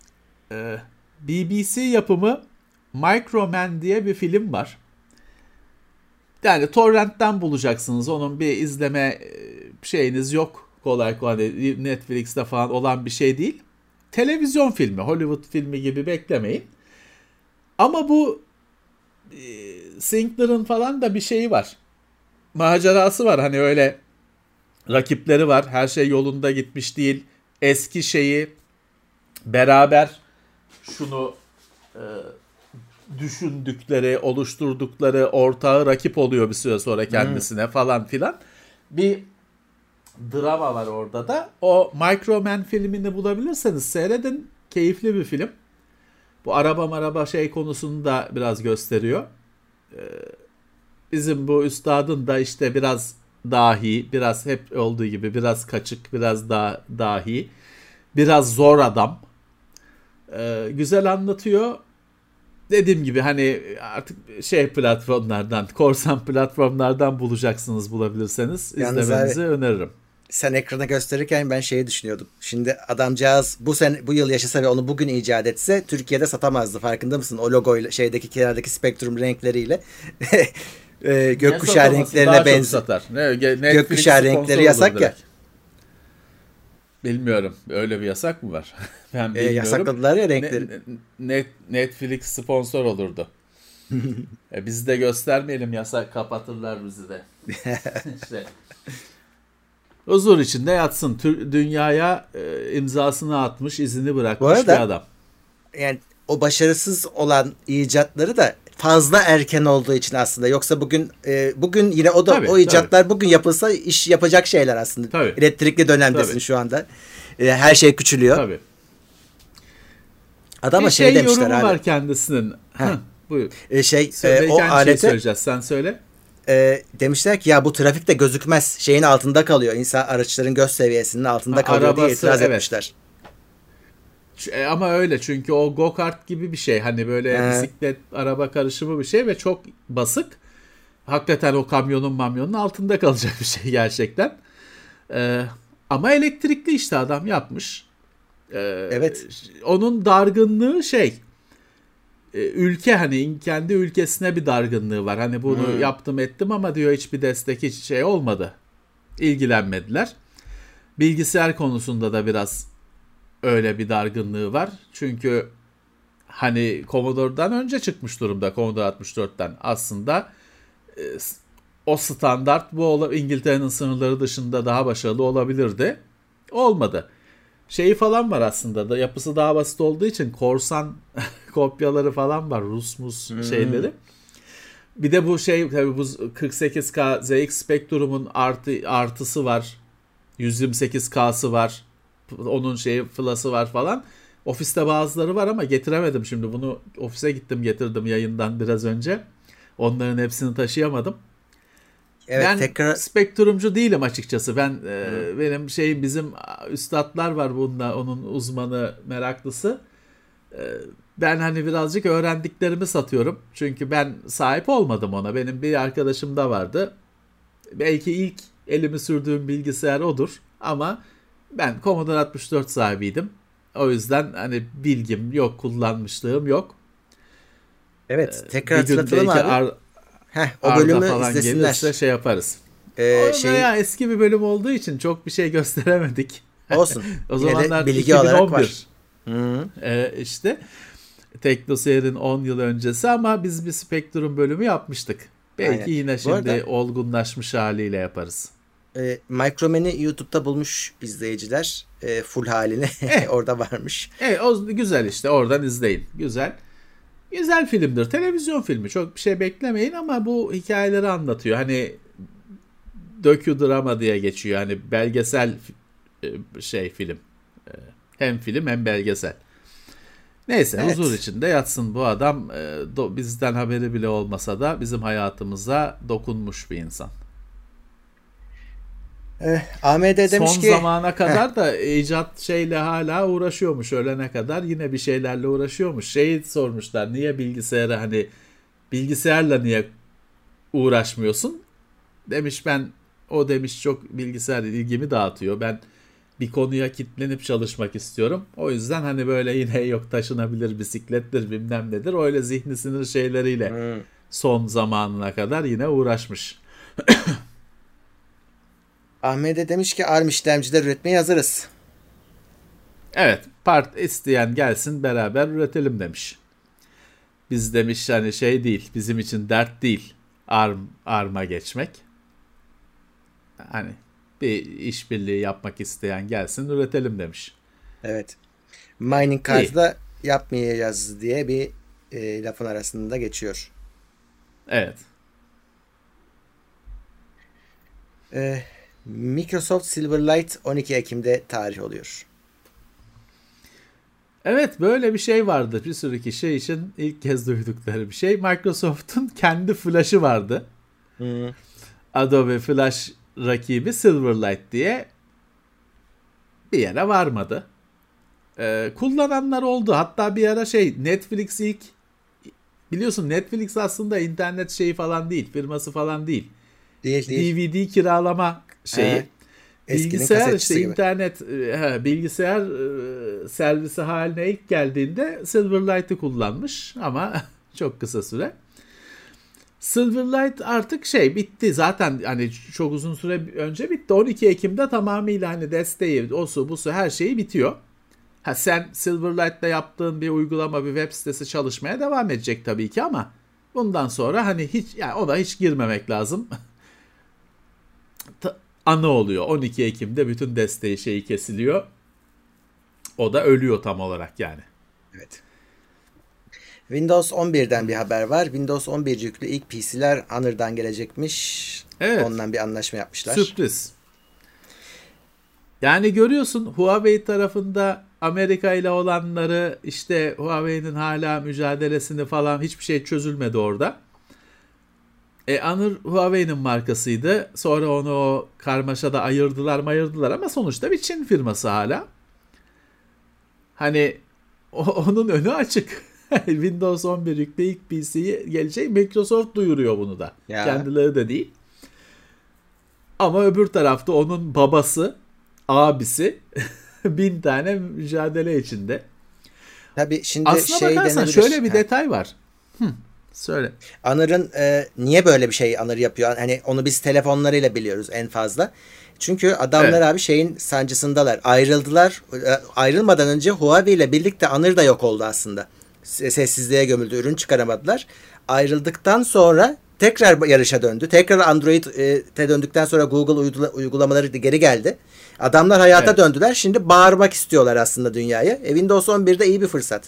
BBC yapımı Microman diye bir film var. Yani torrentten bulacaksınız. Onun bir izleme şeyiniz yok. Kolay kolay Netflix'te falan olan bir şey değil. Televizyon filmi, Hollywood filmi gibi beklemeyin. Ama bu Sinclair'ın falan da bir şeyi var. Macerası var. Hani öyle rakipleri var. Her şey yolunda gitmiş değil. Eski şeyi beraber şunu düşündükleri, oluşturdukları ortağı rakip oluyor bir süre sonra kendisine falan filan. Bir drama var orada da. O Microman filmini bulabilirseniz seyredin. Keyifli bir film. Bu araba şey konusunu da biraz gösteriyor. Bizim bu üstadın da işte biraz dahi, biraz hep olduğu gibi biraz kaçık, biraz dahi, biraz zor adam. Güzel anlatıyor. Dediğim gibi hani artık platformlardan, korsan platformlardan bulabilirseniz izlemenizi öneririm. Sen ekrana gösterirken ben şeyi düşünüyordum. Şimdi adamcağız bu yıl yaşasa ve onu bugün icat etse Türkiye'de satamazdı. Farkında mısın? O logoyla şeydeki kenardaki spektrum renkleriyle gökkuşağı renklerine benziyor. Gökkuşağı renkleri yasak ya. Bilmiyorum. Öyle bir yasak mı var? Ben bilmiyorum. Yasakladılar ya renkleri. Netflix sponsor olurdu. Biz de göstermeyelim, yasak, kapatırlar bizi de. İşte. Huzur içinde yatsın. Dünyaya imzasını atmış, izini bırakmış bir adam. Yani o başarısız olan icatları da fazla erken olduğu için aslında. Yoksa bugün yine o icatlar bugün yapılsa iş yapacak şeyler aslında. Tabii. Elektrikli dönemdesin şu anda. Her şey küçülüyor. Tabii. Adama şey demişler yorumu abi. Var kendisinin. Buyur. O alete söyleyeceğiz. Sen söyle. Demişler ki ya bu trafikte gözükmez. Şeyin altında kalıyor. İnsan araçların göz seviyesinin altında kalıyor diye itiraz etmişler. Ama öyle, çünkü o go-kart gibi bir şey. Hani böyle bisiklet, araba karışımı bir şey ve çok basık. Hakikaten o kamyonun altında kalacak bir şey gerçekten. Ama elektrikli işte adam yapmış. Evet. Onun dargınlığı ülke hani kendi ülkesine bir dargınlığı var. Hani bunu yaptım ettim ama diyor hiçbir destek hiç şey olmadı. İlgilenmediler. Bilgisayar konusunda da biraz öyle bir dargınlığı var. Çünkü hani Commodore'dan önce çıkmış durumda, Commodore 64'ten aslında o standart bu İngiltere'nin sınırları dışında daha başarılı olabilirdi. Olmadı. Şeyi falan var aslında da yapısı daha basit olduğu için korsan kopyaları falan var, Rus şeyleri. Bir de bu şey tabii bu 48K ZX Spectrum'un artısı var. 128K'sı var. Onun flash'ı var falan. Ofiste bazıları var ama getiremedim şimdi. Bunu ofise gittim getirdim yayından biraz önce. Onların hepsini taşıyamadım. Evet, ben tekrar spektrumcu değilim açıkçası. Benim bizim üstadlar var bunda, onun uzmanı, meraklısı. Ben hani birazcık öğrendiklerimi satıyorum. Çünkü ben sahip olmadım ona. Benim bir arkadaşım da vardı. Belki ilk elimi sürdüğüm bilgisayar odur. Ama ben Commodore 64 sahibiydim. O yüzden hani bilgim yok, kullanmışlığım yok. Evet, tekrar hatırlatalım abi. O bölümü izlesinler. Şey yaparız. Ya eski bir bölüm olduğu için çok bir şey gösteremedik. Olsun. O zamanlar bilgi 2011. olarak var. İşte TeknoSeyir'in 10 yıl öncesi ama biz bir Spectrum bölümü yapmıştık. Belki aynen. Yine şimdi olgunlaşmış haliyle yaparız. Microman'i YouTube'da bulmuş izleyiciler. Full halini orada varmış. O güzel işte, oradan izleyin. Güzel. Güzel filmdir. Televizyon filmi. Çok bir şey beklemeyin ama bu hikayeleri anlatıyor. Hani doküdrama diye geçiyor. Hani belgesel film. Hem film hem belgesel. Neyse, evet. Huzur içinde yatsın bu adam. Bizden haberi bile olmasa da bizim hayatımıza dokunmuş bir insan. AMD demiş son ki zamana kadar da icat şeyle hala uğraşıyormuş, ölene kadar yine bir şeylerle uğraşıyormuş. Sormuşlar, niye bilgisayarla niye uğraşmıyorsun? Demiş demiş çok bilgisayar ilgimi dağıtıyor. Ben bir konuya kitlenip çalışmak istiyorum. O yüzden hani böyle yine yok taşınabilir bisiklettir bilmem nedir. Öyle zihni sinir şeyleriyle son zamanına kadar yine uğraşmış. Ahmet'e demiş ki ARM işlemciler üretmeye hazırız. Evet, isteyen gelsin beraber üretelim demiş. Biz demiş hani değil, bizim için dert değil ARM'a geçmek. Hani bir işbirliği yapmak isteyen gelsin üretelim demiş. Evet. Mining card'ı da yapmayacağız diye bir lafın arasında geçiyor. Evet. Microsoft Silverlight 12 Ekim'de tarih oluyor. Evet, böyle bir şey vardı. Bir sürü kişi için ilk kez duydukları bir şey. Microsoft'un kendi flash'ı vardı. Adobe Flash rakibi Silverlight diye bir yere varmadı. Kullananlar oldu. Hatta bir ara Netflix biliyorsun Netflix aslında internet falan değil, firması falan değil. DVD kiralama şeyi. Bilgisayar internet bilgisayar servisi haline ilk geldiğinde Silverlight'ı kullanmış ama çok kısa süre. Silverlight artık bitti. Zaten hani çok uzun süre önce bitti. 12 Ekim'de tamamıyla hani desteği, busu her şeyi bitiyor. Sen Silverlight'la yaptığın bir uygulama, bir web sitesi çalışmaya devam edecek tabii ki ama bundan sonra hani ona hiç girmemek lazım. Anı oluyor. 12 Ekim'de bütün desteği kesiliyor. O da ölüyor tam olarak yani. Evet. Windows 11'den bir haber var. Windows 11 yüklü ilk PC'ler Honor'dan gelecekmiş. Evet. Ondan bir anlaşma yapmışlar. Sürpriz. Yani görüyorsun Huawei tarafında Amerika ile olanları, Huawei'nin hala mücadelesini falan, hiçbir şey çözülmedi orada. Honor Huawei'nin markasıydı. Sonra onu o karmaşada ayırdılar ama sonuçta bir Çin firması hala. Hani onun önü açık. Windows 11 yüklü ilk PC'yi gelecek. Microsoft duyuruyor bunu da. Ya. Kendileri de değil. Ama öbür tarafta onun babası, abisi 1000 tane mücadele içinde. Tabii şimdi Aslına şey bakarsan denebilir. şöyle bir detay var. Söyle. Anır'ın niye böyle bir şey Anır yapıyor? Hani onu biz telefonlarıyla biliyoruz en fazla. Çünkü adamlar Evet. abi şeyin sancısındalar. Ayrıldılar. Ayrılmadan önce Huawei ile birlikte Anır da yok oldu aslında. Sessizliğe gömüldü. Ürün çıkaramadılar. Ayrıldıktan sonra tekrar yarışa döndü. Tekrar Android'e döndükten sonra Google uygulamaları geri geldi. Adamlar hayata Evet. döndüler. Şimdi bağırmak istiyorlar aslında dünyaya. Windows 11'de iyi bir fırsat.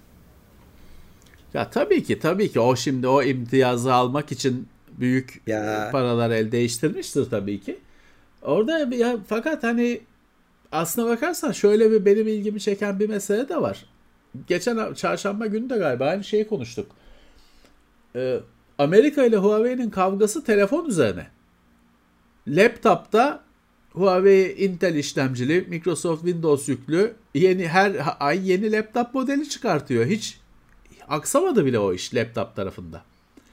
Ya tabii ki o şimdi o imtiyazı almak için büyük paralar el değiştirmiştir tabii ki. Orada ya, fakat hani aslına bakarsan şöyle bir benim ilgimi çeken bir mesele de var. Geçen çarşamba günü de galiba aynı şeyi konuştuk. Amerika ile Huawei'nin kavgası telefon üzerine. Laptop'ta Huawei Intel işlemcili, Microsoft Windows yüklü her ay yeni laptop modeli çıkartıyor. Hiç aksamadı bile o iş laptop tarafında.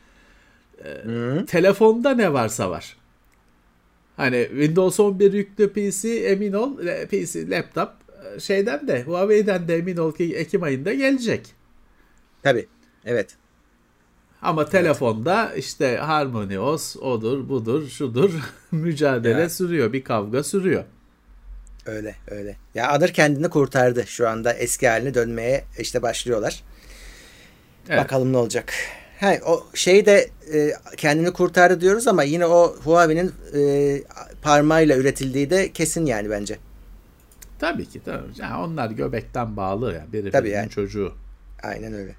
Telefonda ne varsa var. Hani Windows 11 yüklü PC emin ol, PC laptop şeyden de Huawei'den de emin ol ki Ekim ayında gelecek. Tabii. Evet. Ama telefonda işte HarmonyOS odur budur şudur mücadele sürüyor, bir kavga sürüyor. Öyle. Ya Anır kendini kurtardı. Şu anda eski haline dönmeye işte başlıyorlar. Evet. Bakalım ne olacak. O şey de kendini kurtardı diyoruz ama yine o Huawei'nin parmağıyla üretildiği de kesin yani bence. Tabii ki. Yani onlar göbekten bağlı ya. Biri Tabii birinin yani. çocuğu. Aynen öyle.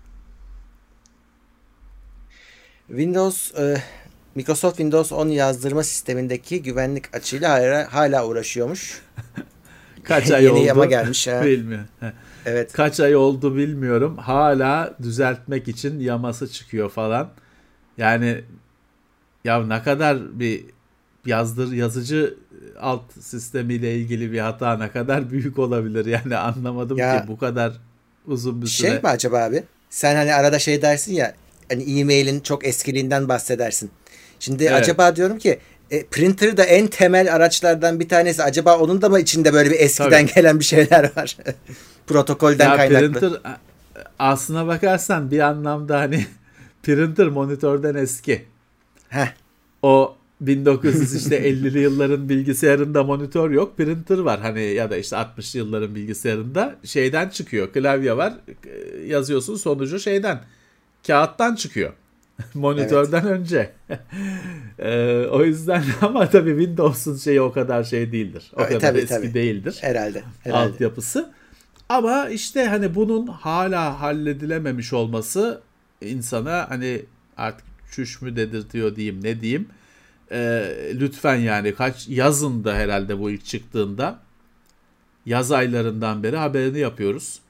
Microsoft Windows 10 yazdırma sistemindeki güvenlik açığıyla hala uğraşıyormuş. Kaç ay Yeni oldu? yama gelmiş ha. Bilmiyorum. Evet. Kaç ay oldu bilmiyorum. Hala düzeltmek için yaması çıkıyor falan. Yani ya ne kadar bir yazıcı alt sistemiyle ilgili bir hata ne kadar büyük olabilir yani anlamadım ki bu kadar uzun bir süre. Şey mi acaba abi? Sen hani arada şey dersin ya hani e-mailin çok eskiliğinden bahsedersin. Şimdi acaba diyorum ki printer da en temel araçlardan bir tanesi. Acaba onun da mı içinde böyle bir eskiden gelen bir şeyler var? Protokolden kaynaklı. Printer aslına bakarsan bir anlamda hani printer monitörden eski. O 1950'li yılların bilgisayarında monitör yok, printer var. Hani ya da işte 60'lı yılların bilgisayarında şeyden çıkıyor. Klavye var. Yazıyorsun sonucu kağıttan çıkıyor. Monitörden önce. O yüzden ama tabii Windows'un şeyi o kadar şey değildir. O kadar eski değildir. Herhalde. Altyapısı. Ama işte hani bunun hala halledilememiş olması insana hani artık çüş mü dedirtiyor diyeyim ne diyeyim. Lütfen yani yazın da herhalde bu ilk çıktığında yaz aylarından beri haberini yapıyoruz.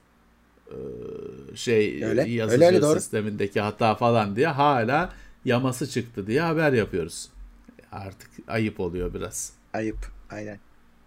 Yazıcı sistemindeki hata falan diye hala yaması çıktı diye haber yapıyoruz. Artık ayıp oluyor biraz. Ayıp, aynen.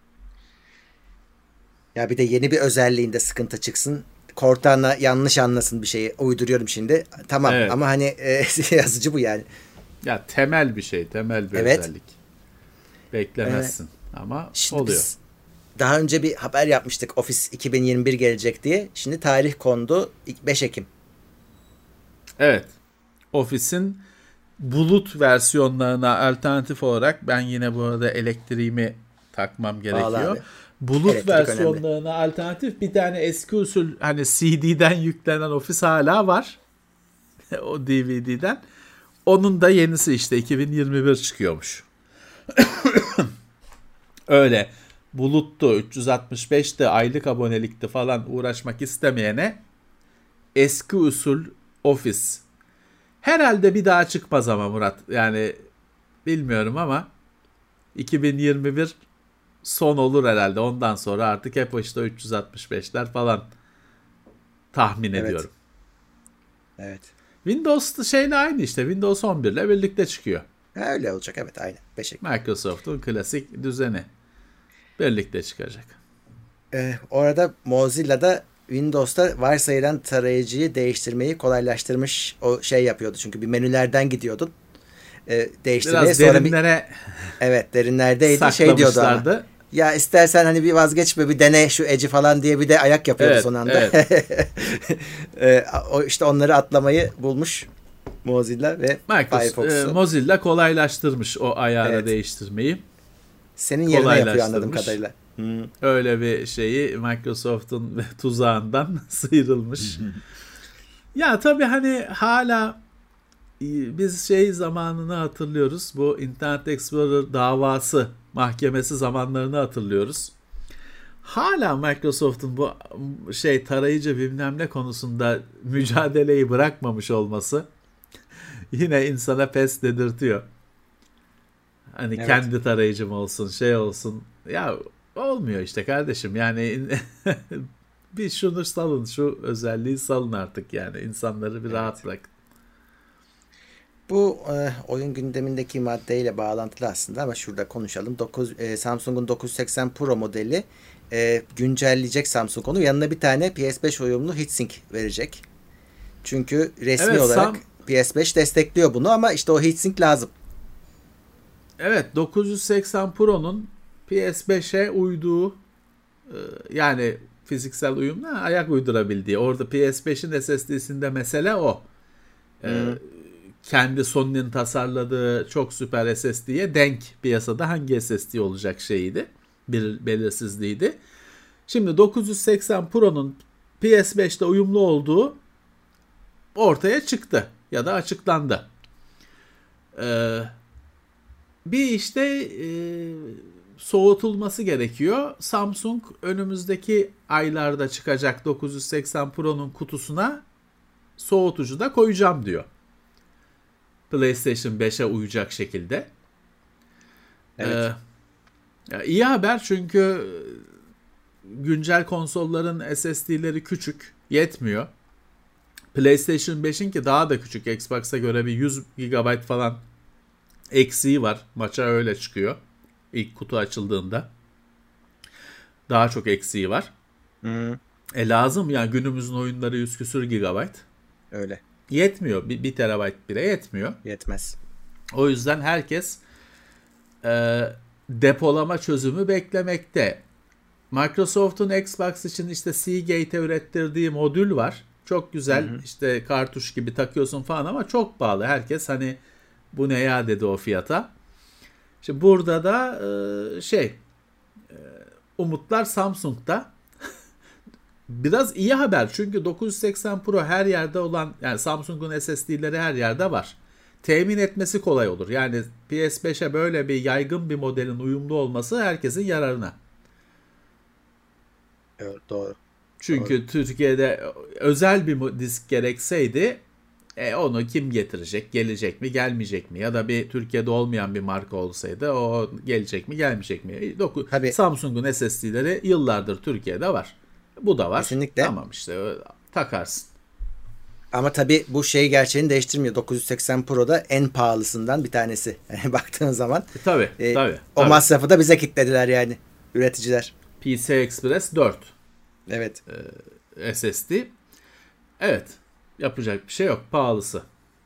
Ya bir de yeni bir özelliğinde sıkıntı çıksın. Cortana yanlış anlasın bir şeyi. Uyduruyorum şimdi. Tamam ama hani yazıcı bu yani. Ya temel bir şey, temel bir özellik. Beklemezsin ama şimdi oluyor. Biz daha önce bir haber yapmıştık. Office 2021 gelecek diye. Şimdi tarih kondu 5 Ekim. Evet. Office'in bulut versiyonlarına alternatif olarak ben yine bu arada elektriğimi takmam gerekiyor. Bulut elektrik versiyonlarına önemli. Alternatif bir tane eski usul hani CD'den yüklenen Office hala var. O DVD'den. Onun da yenisi işte 2021 çıkıyormuş. Öyle buluttu 365'ti aylık abonelikti falan uğraşmak istemeyene eski usul Office. Herhalde bir daha çıkmaz ama Murat. Yani bilmiyorum ama 2021 son olur herhalde. Ondan sonra artık hep işte 365'ler falan tahmin ediyorum. Evet. Windows şeyle aynı işte. Windows 11 ile birlikte çıkıyor. Öyle olacak evet aynen. Microsoft'un klasik düzeni. Birlikte çıkacak. Orada Mozilla'da Windows'ta varsayılan tarayıcıyı değiştirmeyi kolaylaştırmış. O yapıyordu çünkü bir menülerden gidiyordun. Değiştirmeye biraz sonra derinlere derinlerdeydi. Şey diyordu ama. ya istersen hani bir vazgeçme, bir dene şu Edge'i falan diye bir de ayak yapıyordu son anda. Evet. O işte onları atlamayı bulmuş Mozilla ve Firefox'u. Mozilla kolaylaştırmış o ayarı değiştirmeyi. Senin yerine yapıyor anladığım kadarıyla. Öyle bir şeyi Microsoft'un tuzağından sıyrılmış. Ya tabii hani hala biz zamanını hatırlıyoruz. Bu Internet Explorer davası mahkemesi zamanlarını hatırlıyoruz. Hala Microsoft'un bu tarayıcı bilmem ne konusunda mücadeleyi bırakmamış olması yine insana pes dedirtiyor. Hani kendi tarayıcım olsun, olsun. Ya olmuyor işte kardeşim. Yani bir şunu salın, şu özelliği salın artık yani. İnsanları bir rahat bırakın. Bu oyun gündemindeki maddeyle bağlantılı aslında ama şurada konuşalım. Samsung'un 980 Pro modeli güncelleyecek Samsung onu. Yanına bir tane PS5 uyumlu heatsink verecek. Çünkü resmi olarak PS5 destekliyor bunu ama işte o heatsink lazım. Evet, 980 Pro'nun PS5'e uyduğu yani fiziksel uyumla ayak uydurabildiği. Orada PS5'in SSD'sinde mesele o. Kendi Sony'nin tasarladığı çok süper SSD'ye denk piyasada hangi SSD olacak şeyiydi. Bir belirsizliğiydi. Şimdi 980 Pro'nun PS5'te uyumlu olduğu ortaya çıktı ya da açıklandı. Bir işte soğutulması gerekiyor. Samsung önümüzdeki aylarda çıkacak 980 Pro'nun kutusuna soğutucu da koyacağım diyor. PlayStation 5'e uyacak şekilde. Evet. İyi haber çünkü güncel konsolların SSD'leri küçük, yetmiyor. PlayStation 5'in ki daha da küçük, Xbox'a göre bir 100 GB falan eksiği var. Maça öyle çıkıyor. İlk kutu açıldığında. Daha çok eksiği var. Lazım yani günümüzün oyunları 100 küsur GB. Öyle. Yetmiyor. 1 TB bile yetmiyor. Yetmez. O yüzden herkes depolama çözümü beklemekte. Microsoft'un Xbox için işte Seagate'e ürettirdiği modül var. Çok güzel. İşte kartuş gibi takıyorsun falan ama çok pahalı. Herkes hani bu ne ya dedi o fiyata. Şimdi burada da umutlar Samsung'da. Biraz iyi haber çünkü 980 Pro her yerde olan, yani Samsung'un SSD'leri her yerde var. Temin etmesi kolay olur. Yani PS5'e böyle bir yaygın bir modelin uyumlu olması herkesin yararına. Evet, doğru. Çünkü Türkiye'de özel bir disk gerekseydi onu kim getirecek? Gelecek mi, gelmeyecek mi? Ya da bir Türkiye'de olmayan bir marka olsaydı o gelecek mi, gelmeyecek mi? Samsung'un SSD'leri yıllardır Türkiye'de var. Bu da var. Kesinlikle. Tamam işte takarsın. Ama tabii bu gerçeğini değiştirmiyor. 980 Pro'da en pahalısından bir tanesi. Baktığın zaman. Tabii. O masrafı da bize kilitlediler yani üreticiler. PCI Express 4. Evet. SSD. Evet. Yapacak bir şey yok. Pahalısı.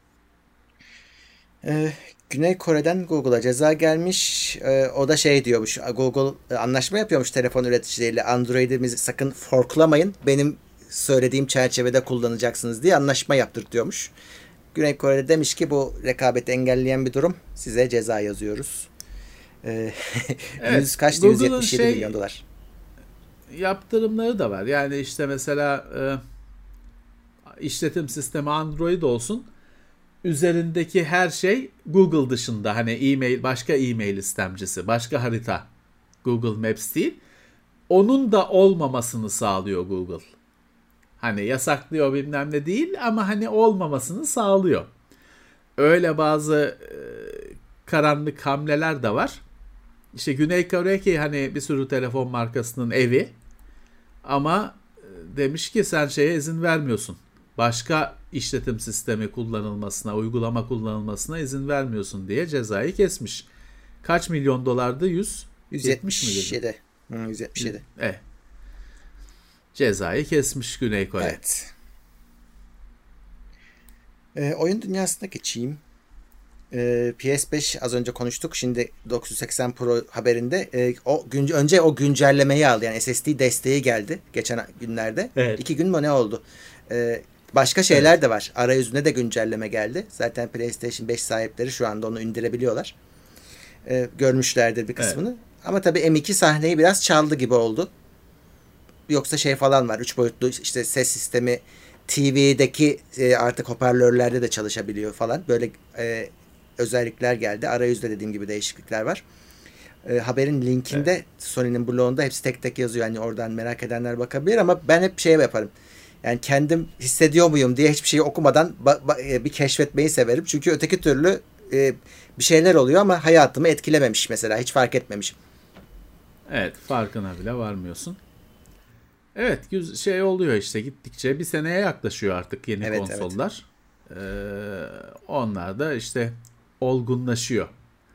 Güney Kore'den Google'a ceza gelmiş. O da diyormuş. Google anlaşma yapıyormuş telefon üreticileriyle. Android'imizi sakın forklamayın. Benim söylediğim çerçevede kullanacaksınız diye anlaşma yaptırtıyormuş. Güney Kore'de demiş ki bu rekabeti engelleyen bir durum. Size ceza yazıyoruz. Evet, kaçtı? 177 milyon dolar. Yaptırımları da var. Yani işte mesela işletim sistemi Android olsun. Üzerindeki her şey Google dışında. Hani e-mail, başka e-mail istemcisi, başka harita. Google Maps değil. Onun da olmamasını sağlıyor Google. Hani yasaklıyor bilmem ne değil ama hani olmamasını sağlıyor. Öyle bazı karanlık hamleler de var. İşte Güney Kore ki hani bir sürü telefon markasının evi ama demiş ki sen izin vermiyorsun. Başka işletim sistemi kullanılmasına, uygulama kullanılmasına izin vermiyorsun diye cezayı kesmiş. Kaç milyon dolardı? 177. 177. Evet. Cezayı kesmiş Güney Kore. Evet. Oyun dünyasına geçeyim. PS5 az önce konuştuk. Şimdi 980 Pro haberinde önce o güncellemeyi aldı. Yani SSD desteği geldi geçen günlerde. Evet. 2 gün mü ne oldu? Başka şeyler de var. Arayüzüne de güncelleme geldi. Zaten PlayStation 5 sahipleri şu anda onu indirebiliyorlar. Görmüşlerdir bir kısmını. Evet. Ama tabii M2 sahneyi biraz çaldı gibi oldu. Yoksa şey falan var. 3 boyutlu işte ses sistemi TV'deki artık hoparlörlerde de çalışabiliyor falan. Böyle özellikler geldi. Arayüzde dediğim gibi değişiklikler var. Haberin linkinde Sony'nin blogunda hepsi tek tek yazıyor. Yani oradan merak edenler bakabilir ama ben hep şey yaparım. Yani kendim hissediyor muyum diye hiçbir şeyi okumadan bir keşfetmeyi severim. Çünkü öteki türlü bir şeyler oluyor ama hayatımı etkilememiş mesela. Hiç fark etmemişim. Evet, farkına bile varmıyorsun. Evet, şey oluyor işte gittikçe bir seneye yaklaşıyor artık yeni konsollar. Evet. Onlar da işte olgunlaşıyor.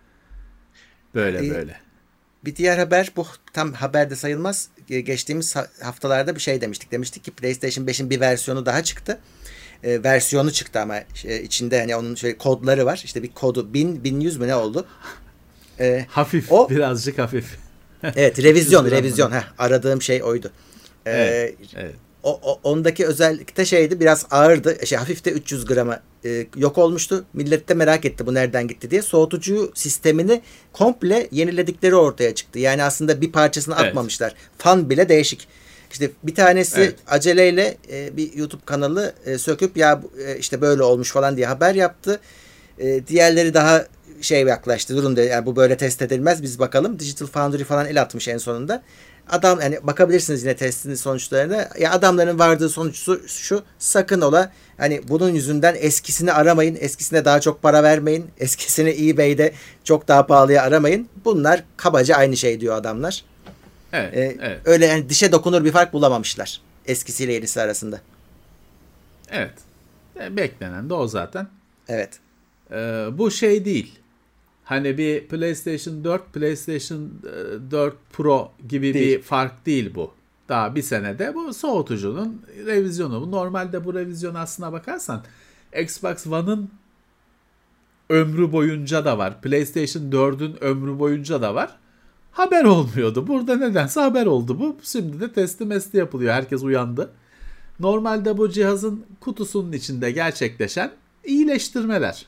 Böyle. Bir diğer haber, bu tam haberde sayılmaz. Geçtiğimiz haftalarda bir şey demiştik. Demiştik ki PlayStation 5'in bir versiyonu daha çıktı. Versiyonu çıktı ama içinde hani onun şöyle kodları var. İşte bir kodu 1100 mü ne oldu? Hafif, birazcık hafif. Evet, revizyon. Aradığım şey oydu. Evet. Ondaki özellik de şeydi, biraz ağırdı. Hafif de 300 grama yok olmuştu. Millet de merak etti bu nereden gitti diye. Soğutucu sistemini komple yeniledikleri ortaya çıktı. Yani aslında bir parçasını atmamışlar. Fan bile değişik. İşte bir tanesi aceleyle bir YouTube kanalı söküp ya işte böyle olmuş falan diye haber yaptı. Diğerleri daha yaklaştı. Durun dedi. Yani bu böyle test edilmez. Biz bakalım. Digital Foundry falan el atmış en sonunda. Adam, yani bakabilirsiniz yine testin sonuçlarına. Ya adamların vardığı sonuç şu: sakın ola hani bunun yüzünden eskisini aramayın. Eskisine daha çok para vermeyin. Eskisini eBay'de çok daha pahalıya aramayın. Bunlar kabaca aynı şey diyor adamlar. Evet. Öyle yani dişe dokunur bir fark bulamamışlar eskisiyle yenisi arasında. Evet. Beklenen de o zaten. Evet. Bu şey değil. Hani bir PlayStation 4, PlayStation 4 Pro gibi değil. Bir fark değil bu. Daha bir senede bu soğutucunun revizyonu. Bu normalde bu revizyon aslına bakarsan Xbox One'ın ömrü boyunca da var. PlayStation 4'ün ömrü boyunca da var. Haber olmuyordu. Burada nedense haber oldu bu. Şimdi de testi yapılıyor. Herkes uyandı. Normalde bu cihazın kutusunun içinde gerçekleşen iyileştirmeler.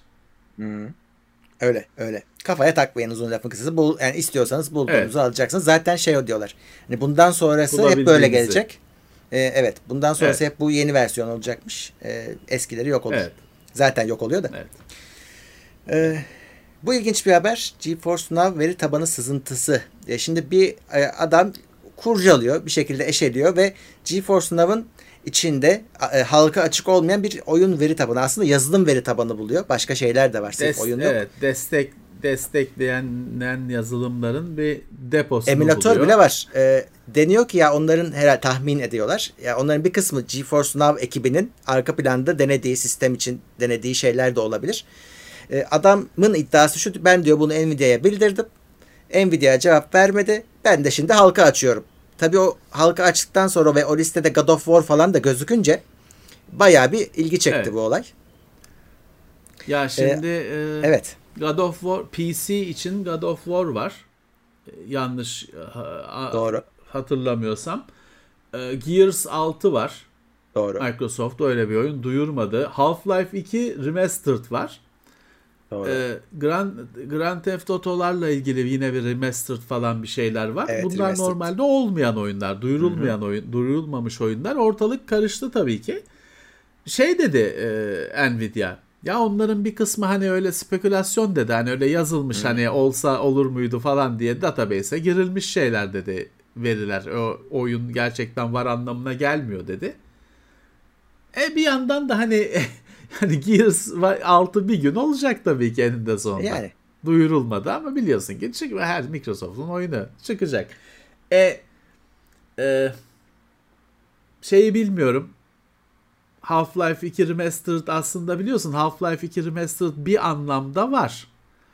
Öyle. Kafaya takmayın, uzun lafın kısası. Yani istiyorsanız bulduğunuzu alacaksınız. Zaten diyorlar. Hani bundan sonrası hep böyle gelecek. Evet. Bundan sonrası hep bu yeni versiyon olacakmış. Eskileri yok olur. Evet. Zaten yok oluyor da. Evet. Bu ilginç bir haber. GeForce Now veri tabanı sızıntısı. Şimdi bir adam kurcalıyor, bir şekilde eşeliyor ve GeForce Now'ın içinde halka açık olmayan bir oyun veri tabanı, aslında yazılım veri tabanı buluyor. Başka şeyler de var. Sırf oyun yok. Evet, destekleyen yazılımların bir deposunu emülatör buluyor. Bile var. Deniyor ki ya onların herhalde tahmin ediyorlar. Ya onların bir kısmı GeForce Now ekibinin arka planda denediği, sistem için denediği şeyler de olabilir. Adamın iddiası şu: ben diyor bunu Nvidia'ya bildirdim. Nvidia cevap vermedi. Ben de şimdi halka açıyorum. Tabii o halka açtıktan sonra ve o listede God of War falan da gözükünce bayağı bir ilgi çekti bu olay. Ya şimdi evet. God of War PC için God of War var. Yanlış doğru hatırlamıyorsam. Gears 6 var. Doğru. Microsoft öyle bir oyun duyurmadı. Half-Life 2 Remastered var. Grand Theft Auto'larla ilgili yine bir remastered falan bir şeyler var. Evet, bunlar remastered. Normalde olmayan oyunlar, duyurulmamış oyunlar. Ortalık karıştı tabii ki. Dedi Nvidia. Ya onların bir kısmı hani öyle spekülasyon dedi. Hani öyle yazılmış hani olsa olur muydu falan diye database'e girilmiş şeyler dedi, veriler. O oyun gerçekten var anlamına gelmiyor dedi. Bir yandan da hani Gears 6 bir gün olacak tabii ki eninde sonunda. Yani. Duyurulmadı ama biliyorsun ki her Microsoft'un oyunu çıkacak. Şeyi bilmiyorum. Half-Life 2 Remastered aslında biliyorsun Half-Life 2 Remastered bir anlamda var.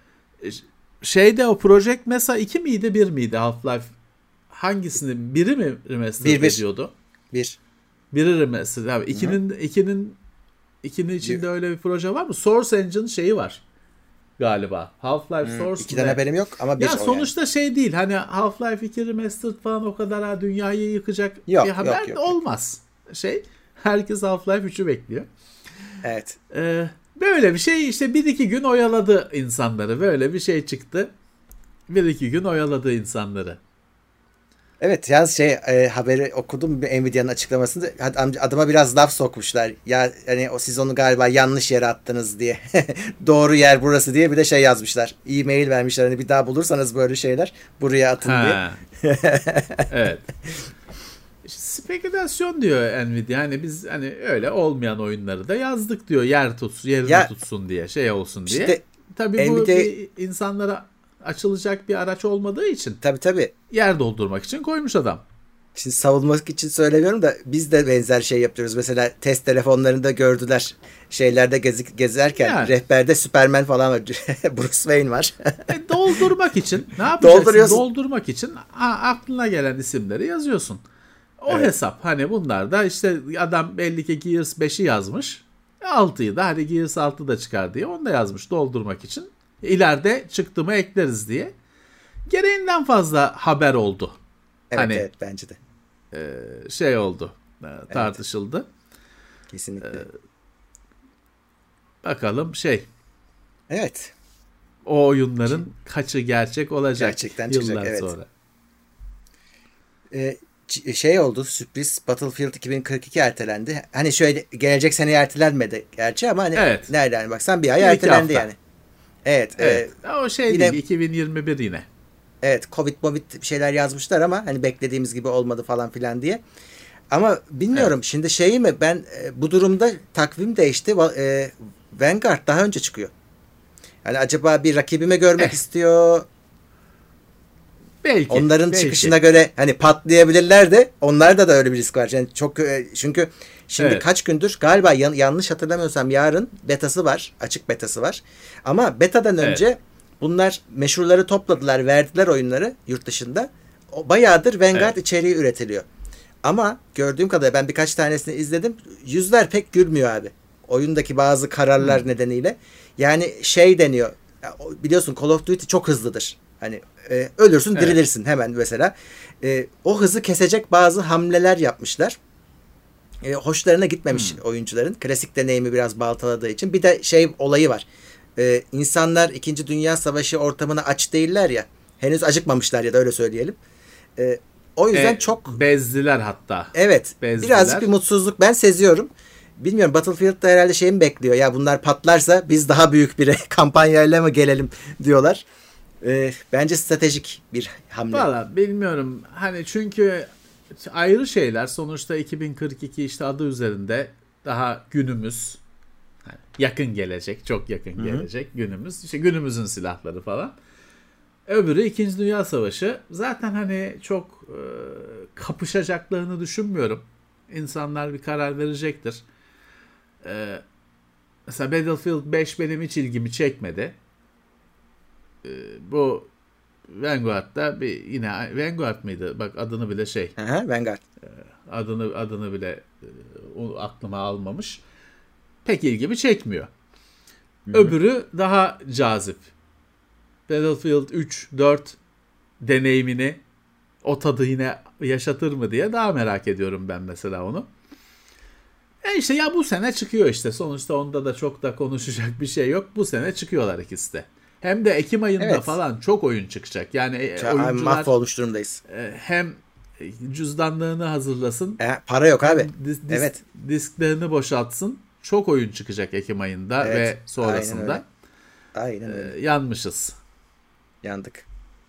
O Project Mesa 2 miydi 1 miydi Half-Life? Hangisini? Biri mi Remastered ediyordu? Biri Remastered. Abi, İkinin içinde öyle bir proje var mı? Source Engine şeyi var. galiba. Half-Life Source 2'den haberim yok ama bir ya o sonuçta yani. Şey değil. Hani Half-Life 2 Remastered falan o kadar dünyayı yıkacak yok, bir haber yok. olmaz. Herkes Half-Life 3'ü bekliyor. Evet. Böyle bir şey işte 1-2 gün oyaladı insanları. Böyle bir şey çıktı. 1-2 gün oyaladı insanları. Evet yalnız haberi okudum Nvidia'nın açıklamasında adıma biraz laf sokmuşlar. Ya hani siz onu galiba yanlış yere attınız diye. Doğru yer burası diye bir de şey yazmışlar. E-mail vermişler hani bir daha bulursanız böyle şeyler buraya atın diye. Evet. İşte spekülasyon diyor Nvidia. Hani biz hani öyle olmayan oyunları da yazdık diyor. Yerini tutsun diye, şey olsun diye. İşte, tabii bu insanlara açılacak bir araç olmadığı için. Tabii. Yer doldurmak için koymuş adam. Şimdi savunmak için söylemiyorum da biz de benzer şey yapıyoruz. Mesela test telefonlarında gördüler. Şeylerde gezerken yani. Rehberde Superman falan var. Bruce Wayne var. Doldurmak için ne yapacaksın? Doldurmak için aklına gelen isimleri yazıyorsun. O hesap. Hani bunlar da işte adam belli ki Gears 5'i yazmış. 6'yı da hani Gears 6 da çıkar diye onu da yazmış doldurmak için. İleride çıktı mı ekleriz diye. Gereğinden fazla haber oldu. Evet bence de. Şey oldu. Tartışıldı. Evet. Kesinlikle. Bakalım Evet. O oyunların kaçı gerçek olacak. Gerçekten çıkacak yıllar sonra. Oldu sürpriz Battlefield 2042 ertelendi. Hani şöyle gelecek sene ertelenmedi gerçi ama hani nereden baksan bir ay ertelendi yani. Evet. O yine, değil 2021 yine. Evet Covid bir şeyler yazmışlar ama hani beklediğimiz gibi olmadı falan filan diye. Ama bilmiyorum şimdi mi ben bu durumda takvim değişti. Vanguard daha önce çıkıyor. Yani acaba bir rakibime görmek istiyor. Belki. Onların çıkışına göre hani patlayabilirler de onlarda da öyle bir risk var. Yani çünkü şimdi kaç gündür galiba yanlış hatırlamıyorsam yarın betası var. Açık betası var. Ama betadan önce bunlar meşhurları topladılar, verdiler oyunları yurt dışında. Bayağıdır Vanguard içeriği üretiliyor. Ama gördüğüm kadarıyla ben birkaç tanesini izledim. Yüzler pek gülmüyor abi. Oyundaki bazı kararlar nedeniyle. Yani deniyor. Biliyorsun Call of Duty çok hızlıdır. Hani ölürsün dirilirsin hemen mesela. O hızı kesecek bazı hamleler yapmışlar. Hoşlarına gitmemiş oyuncuların. Klasik deneyimi biraz baltaladığı için. Bir de olayı var. İnsanlar 2. Dünya Savaşı ortamına aç değiller ya. Henüz acıkmamışlar ya da öyle söyleyelim. O yüzden çok... Bezdiler hatta. Evet. Birazcık bir mutsuzluk ben seziyorum. Bilmiyorum Battlefield'da herhalde mi bekliyor? Ya bunlar patlarsa biz daha büyük bir kampanyayla mı gelelim diyorlar. Bence stratejik bir hamle. Valla bilmiyorum. Hani çünkü ayrı şeyler. Sonuçta 2042 işte adı üzerinde daha günümüz. Yani yakın gelecek. Çok yakın gelecek günümüz. İşte günümüzün silahları falan. Öbürü 2. Dünya Savaşı. Zaten hani çok kapışacaklarını düşünmüyorum. İnsanlar bir karar verecektir. Mesela Battlefield 5 benim hiç ilgimi çekmedi. Bu Vanguard'da yine Vanguard mıydı? Bak adını bile Vanguard. Adını bile aklıma almamış. Pek ilgimi çekmiyor. Öbürü daha cazip. Battlefield 3, 4 deneyimini o tadı yine yaşatır mı diye daha merak ediyorum ben mesela onu. İşte ya bu sene çıkıyor işte. Sonuçta onda da çok da konuşacak bir şey yok. Bu sene çıkıyorlar ikisi de. Hem de Ekim ayında falan çok oyun çıkacak. Yani oyuncular mahvolmuş durumdayız. Hem cüzdanlığını hazırlasın. Para yok abi. Disklerini boşaltsın. Çok oyun çıkacak Ekim ayında ve sonrasında. Aynen öyle. Yanmışız. Yandık.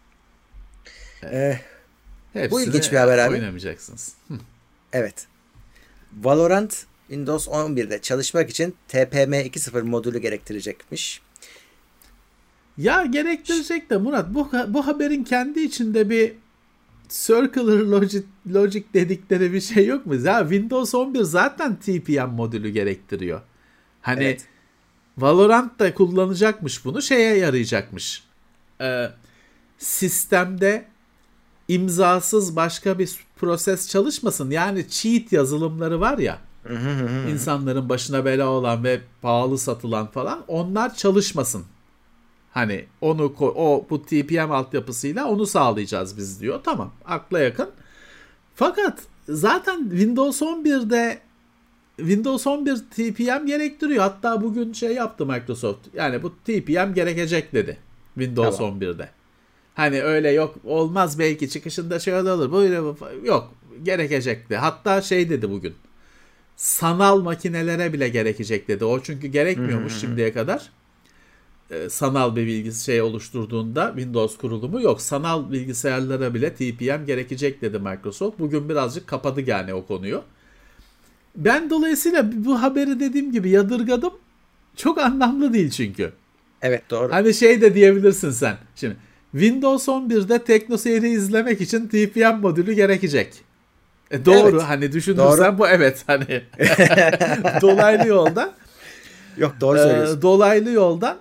Bu ilginç bir haber abi. Oynamayacaksınız. Evet. Valorant Windows 11'de çalışmak için TPM 2.0 modülü gerektirecekmiş. Ya gerektirecek de Murat bu haberin kendi içinde bir circular logic dedikleri bir şey yok mu? Ya Windows 11 zaten TPM modülü gerektiriyor. Hani Valorant da kullanacakmış bunu yarayacakmış. Sistemde imzasız başka bir proses çalışmasın. Yani cheat yazılımları var ya. İnsanların başına bela olan ve pahalı satılan falan onlar çalışmasın Hani onu bu TPM altyapısıyla onu sağlayacağız biz diyor. Tamam, akla yakın. Fakat zaten Windows 11 TPM gerektiriyor. Hatta bugün şey yaptı Microsoft. Yani bu TPM gerekecek dedi Windows Tamam. 11'de. Hani öyle yok olmaz belki çıkışında şöyle olur. Böyle yok, gerekecekti. Hatta şey dedi bugün. Sanal makinelere bile gerekecek dedi. O çünkü gerekmiyormuş şimdiye kadar. Sanal bir bilgisayar oluşturduğunda Windows kurulumu yok. Sanal bilgisayarlara bile TPM gerekecek dedi Microsoft. Bugün birazcık kapadı yani o konuyu. Ben dolayısıyla bu haberi dediğim gibi yadırgadım. Çok anlamlı değil çünkü. Evet, doğru. Hani şey de diyebilirsin sen. Şimdi Windows 11'de TeknoSeyir'i izlemek için TPM modülü gerekecek. Doğru, Evet. hani düşünürsen bu evet hani dolaylı yoldan. Yok, doğru söylüyorsun. Dolaylı yoldan.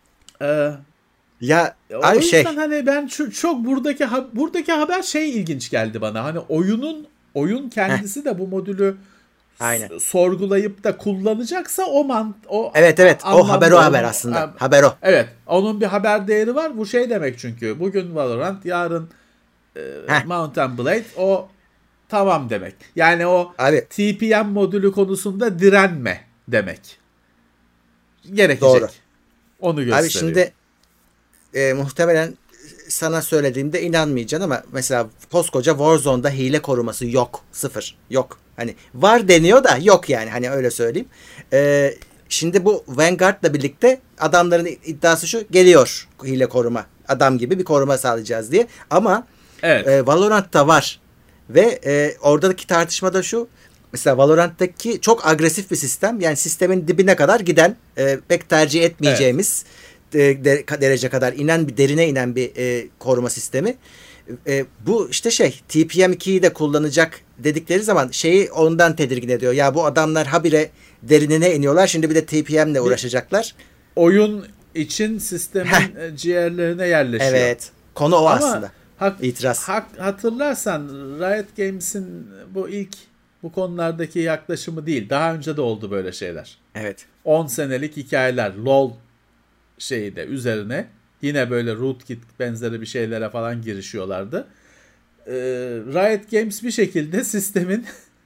Ya O abi yüzden hani ben çok buradaki haber şey ilginç geldi bana. Hani oyun kendisi de bu modülü Aynen. sorgulayıp da kullanacaksa o Evet, o anlamda haber aslında. Haber o. Evet, onun bir haber değeri var. Bu şey demek çünkü bugün Valorant, yarın Mount & Blade, o tamam demek. Yani o Abi. TPM modülü konusunda direnme demek. Gerekecek. Doğru. Onu gösteriyor. Abi şimdi muhtemelen sana söylediğimde inanmayacaksın ama mesela koskoca Warzone'da hile koruması yok. Sıfır. Yok. Hani var deniyor da yok yani. Hani öyle söyleyeyim. Şimdi bu Vanguard'la birlikte adamların iddiası şu: geliyor hile koruma. Adam gibi bir koruma sağlayacağız diye. Ama evet. Valorant'ta var. Ve oradaki tartışma da şu: mesela Valorant'taki çok agresif bir sistem. Yani sistemin dibine kadar giden, pek tercih etmeyeceğimiz derece kadar derine inen bir koruma sistemi. Bu işte TPM2'yi de kullanacak dedikleri zaman şeyi ondan tedirgin ediyor. Ya bu adamlar habire derinine iniyorlar. Şimdi bir de TPM'le uğraşacaklar. Oyun için sistemin ciğerlerine yerleşiyor. Evet. Konu o ama aslında. İtiraz. Hatırlarsan Riot Games'in bu konulardaki yaklaşımı değil. Daha önce de oldu böyle şeyler. Evet. 10 senelik hikayeler. LoL üzerine yine böyle rootkit benzeri bir şeylere falan girişiyorlardı. Riot Games bir şekilde sistemin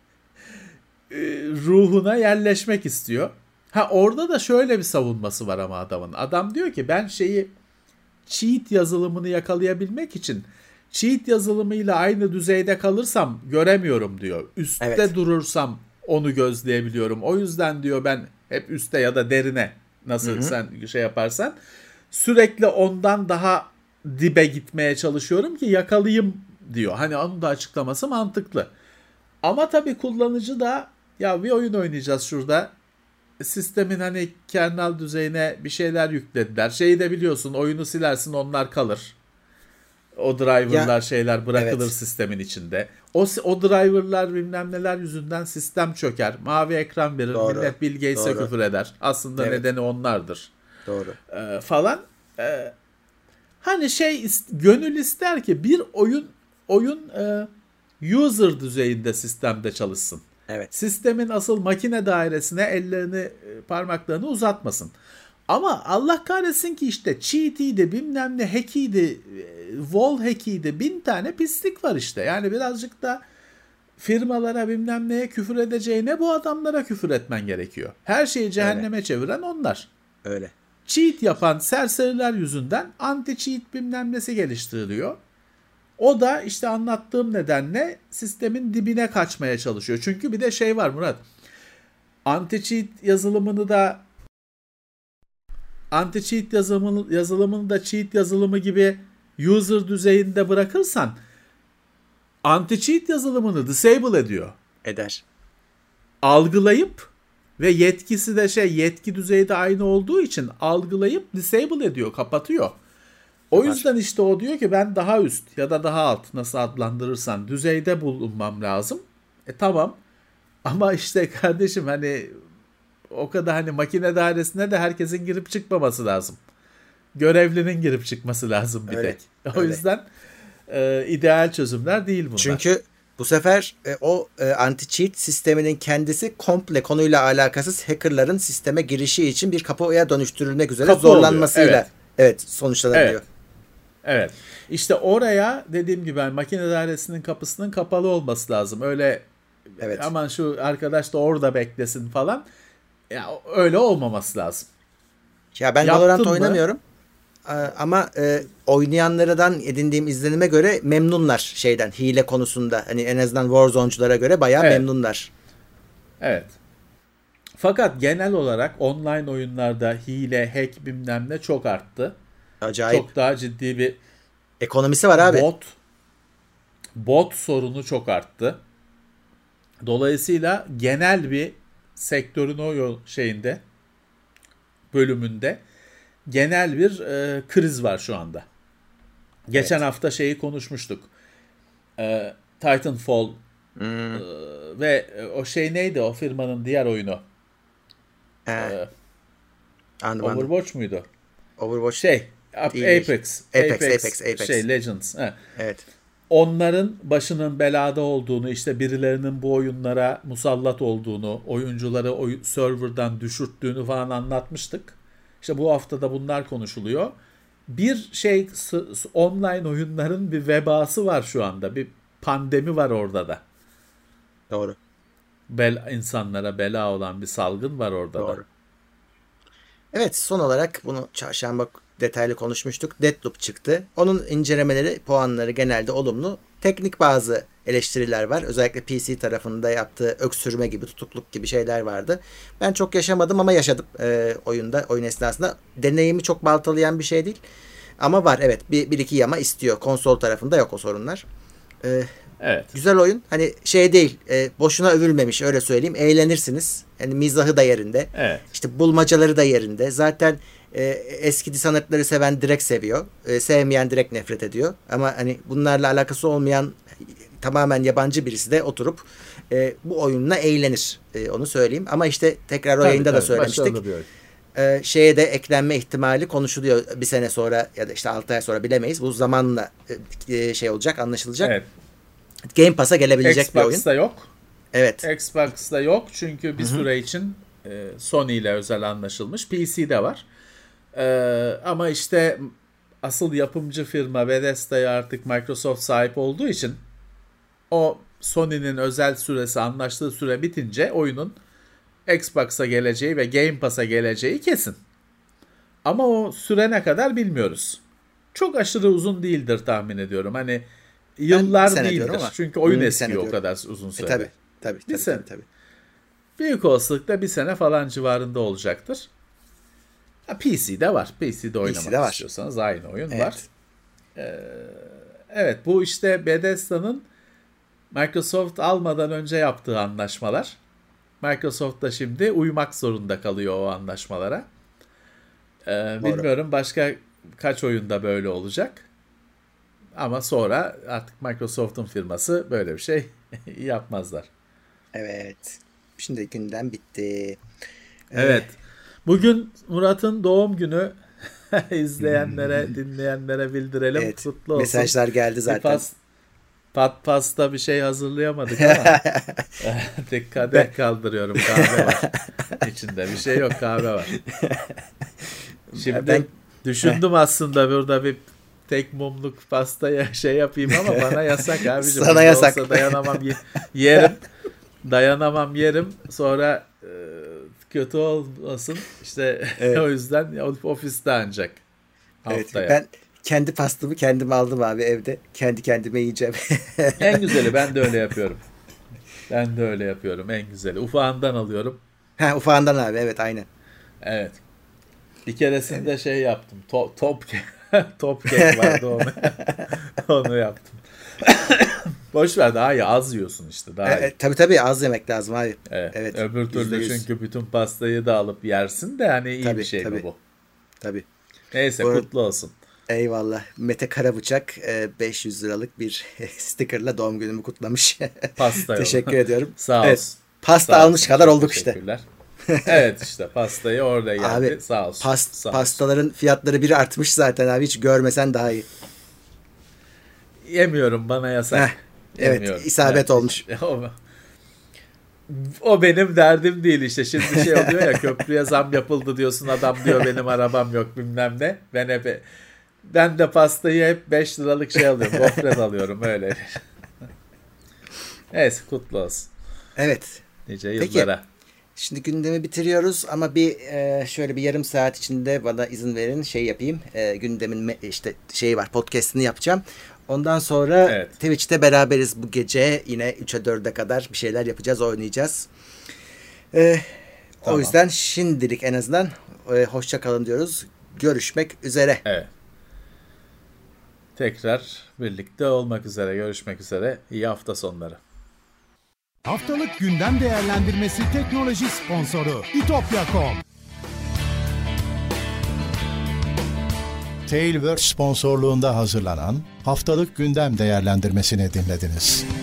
ruhuna yerleşmek istiyor. Orada da şöyle bir savunması var ama adamın. Adam diyor ki ben cheat yazılımını yakalayabilmek için cheat yazılımıyla aynı düzeyde kalırsam göremiyorum diyor. Üstte durursam onu gözleyebiliyorum. O yüzden diyor ben hep üstte ya da derine nasıl sen şey yaparsan sürekli ondan daha dibe gitmeye çalışıyorum ki yakalayayım diyor. Hani onun da açıklaması mantıklı. Ama tabii kullanıcı da ya bir oyun oynayacağız şurada. Sistemin hani kernel düzeyine bir şeyler yüklediler. Şeyi de biliyorsun, oyunu silersin onlar kalır. O driverlar şeyler bırakılır sistemin içinde. O driverlar bilmem neler yüzünden sistem çöker. Mavi ekran verir. Doğru. Millet Bill Gates'e küfür eder. Aslında nedeni onlardır. Doğru. Falan. Hani gönül ister ki bir oyun user düzeyinde sistemde çalışsın. Evet. Sistemin asıl makine dairesine ellerini, parmaklarını uzatmasın. Ama Allah kahretsin ki işte cheat'iydi, bilmem ne hack'iydi, wall hack'iydi, 1000 tane pislik var işte. Yani birazcık da firmalara bilmem neye küfür edeceğine bu adamlara küfür etmen gerekiyor. Her şeyi cehenneme çeviren onlar. Öyle. Cheat yapan serseriler yüzünden anti-cheat bilmem nesi geliştiriliyor. O da işte anlattığım nedenle sistemin dibine kaçmaya çalışıyor. Çünkü bir de var Murat. Anti-cheat yazılımını da cheat yazılımı gibi user düzeyinde bırakırsan anti-cheat yazılımını disable ediyor. Eder. Algılayıp ve yetkisi de yetki düzeyi de aynı olduğu için algılayıp disable ediyor, kapatıyor. O yüzden işte o diyor ki ben daha üst ya da daha alt nasıl adlandırırsan düzeyde bulunmam lazım. Tamam. Ama işte kardeşim hani o kadar hani makine dairesine de herkesin girip çıkmaması lazım. Görevlinin girip çıkması lazım bir tek. O yüzden ideal çözümler değil bunlar. Çünkü bu sefer o anti-cheat sisteminin kendisi komple konuyla alakasız hackerların sisteme girişi için bir kapıya dönüştürülmek üzere zorlanmasıyla Evet, sonuçlanabiliyor. Evet. İşte oraya dediğim gibi yani makine dairesinin kapısının kapalı olması lazım. Öyle aman şu arkadaş da orada beklesin falan. Ya öyle olmaması lazım. Ya ben Valorant oynamıyorum. Ama oynayanlardan edindiğim izlenime göre memnunlar şeyden, hile konusunda. Hani en azından Warzone'culara göre bayağı memnunlar. Evet. Fakat genel olarak online oyunlarda hile, hack bilmem ne çok arttı. Acayip. Çok daha ciddi bir ekonomisi var abi. Bot sorunu çok arttı. Dolayısıyla genel bir sektörün o bölümünde genel bir kriz var şu anda. Geçen hafta şeyi konuşmuştuk. Titanfall ve o şey neydi o firmanın diğer oyunu? Overwatch muydu? Overwatch Apex. Legends. Evet. Onların başının belada olduğunu, işte birilerinin bu oyunlara musallat olduğunu, oyuncuları serverdan düşürttüğünü falan anlatmıştık. İşte bu hafta da bunlar konuşuluyor. Bir online oyunların bir vebası var şu anda. Bir pandemi var orada da. Doğru. İnsanlara bela olan bir salgın var orada da. Evet, son olarak bunu çarşamba detaylı konuşmuştuk. Deathloop çıktı. Onun incelemeleri, puanları genelde olumlu. Teknik bazı eleştiriler var. Özellikle PC tarafında yaptığı öksürme gibi, tutukluk gibi şeyler vardı. Ben çok yaşamadım ama yaşadım oyun esnasında. Deneyimi çok baltalayan bir şey değil. Ama var evet. Bir iki yama istiyor. Konsol tarafında yok o sorunlar. Evet. Güzel oyun. Hani şey değil. Boşuna övülmemiş öyle söyleyeyim. Eğlenirsiniz. Yani mizahı da yerinde. Evet. İşte bulmacaları da yerinde. Zaten eski Dishonored'ları seven direkt seviyor. Sevmeyen direkt nefret ediyor. Ama hani bunlarla alakası olmayan tamamen yabancı birisi de oturup bu oyunla eğlenir. Onu söyleyeyim. Ama işte tekrar o yayında da söylemiştik. Şeye de eklenme ihtimali konuşuluyor bir sene sonra ya da işte 6 ay sonra bilemeyiz. Bu zamanla şey olacak, anlaşılacak. Evet. Game Pass'a gelebilecek bir oyun. Xbox'ta yok. Evet. Xbox'ta yok çünkü bir süre için Sony ile özel anlaşılmış. PC'de var. Ama işte asıl yapımcı firma Bethesda'ya artık Microsoft sahip olduğu için o Sony'nin özel süresi, anlaştığı süre bitince oyunun Xbox'a geleceği ve Game Pass'a geleceği kesin. Ama o süre ne kadar bilmiyoruz. Çok aşırı uzun değildir tahmin ediyorum. Hani yıllar değildir. Ama. Çünkü oyun eskiyor o kadar uzun süre. Tabii. Büyük olasılıkla bir sene falan civarında olacaktır. PC'de var. PC'de oynamak istiyorsanız aynı oyun var. Evet, bu işte Bethesda'nın Microsoft almadan önce yaptığı anlaşmalar. Microsoft da şimdi uymak zorunda kalıyor o anlaşmalara. Bilmiyorum başka kaç oyunda böyle olacak. Ama sonra artık Microsoft'un firması böyle bir şey yapmazlar. Evet. Şimdi gündem bitti. Evet. Bugün Murat'ın doğum günü. İzleyenlere, dinleyenlere bildirelim. Evet. Kutlu olsun. Mesajlar geldi zaten. Pasta bir şey hazırlayamadık ama kadeh kaldırıyorum. Kahve var. İçinde bir şey yok, kahve var. Şimdi düşündüm aslında burada bir tek mumluk pastaya şey yapayım ama bana yasak abicim. Sana yasak. Dayanamam yerim. Sonra kötü olmasın. İşte evet. O yüzden ofiste ancak. Haftaya. Evet, ben kendi pastamı kendim aldım abi evde. Kendi kendime yiyeceğim. En güzeli ben de öyle yapıyorum. En güzeli. Ufağından alıyorum. Ufağından abi evet aynen. Evet. Bir keresinde şey yaptım. Top kek vardı onu yaptım. Boş ver daha iyi az yiyorsun işte daha iyi. Tabii az yemek lazım abi. Evet. Öbür türlü çünkü bütün pastayı da alıp yersin de hani iyi bir şey mi bu? Tabii. Neyse kutlu olsun. Eyvallah. Mete Karabıçak 500 liralık bir stickerla doğum günümü kutlamış. Pasta Teşekkür ediyorum. Sağ olsun. Evet, pasta almış kadar olduk işte. Evet işte pastayı orada geldi. Abi, sağ olsun. Pastaların fiyatları biri artmış zaten abi hiç görmesen daha iyi. Yemiyorum bana yasak. Evet isabet olmuş. O benim derdim değil işte. Şimdi şey oluyor ya, köprüye zam yapıldı diyorsun, adam diyor benim arabam yok bilmem ne. Ben de pastayı hep 5 liralık şey alıyorum. Gofret alıyorum öyle. Neyse, kutlu olsun. Evet. Nice yıllara. Peki. Şimdi gündemi bitiriyoruz ama şöyle bir yarım saat içinde bana izin verin, şey yapayım. Gündemin işte şeyi var, podcast'ini yapacağım. Ondan sonra Twitch'te beraberiz bu gece. Yine 3'e 4'e kadar bir şeyler yapacağız, oynayacağız. Tamam. O yüzden şimdilik en azından hoşça kalın diyoruz. Görüşmek üzere. Evet. Tekrar birlikte olmak üzere, görüşmek üzere. İyi hafta sonları. Haftalık gündem değerlendirmesi teknoloji sponsoru itopya.com. Tailwords sponsorluğunda hazırlanan haftalık gündem değerlendirmesini dinlediniz.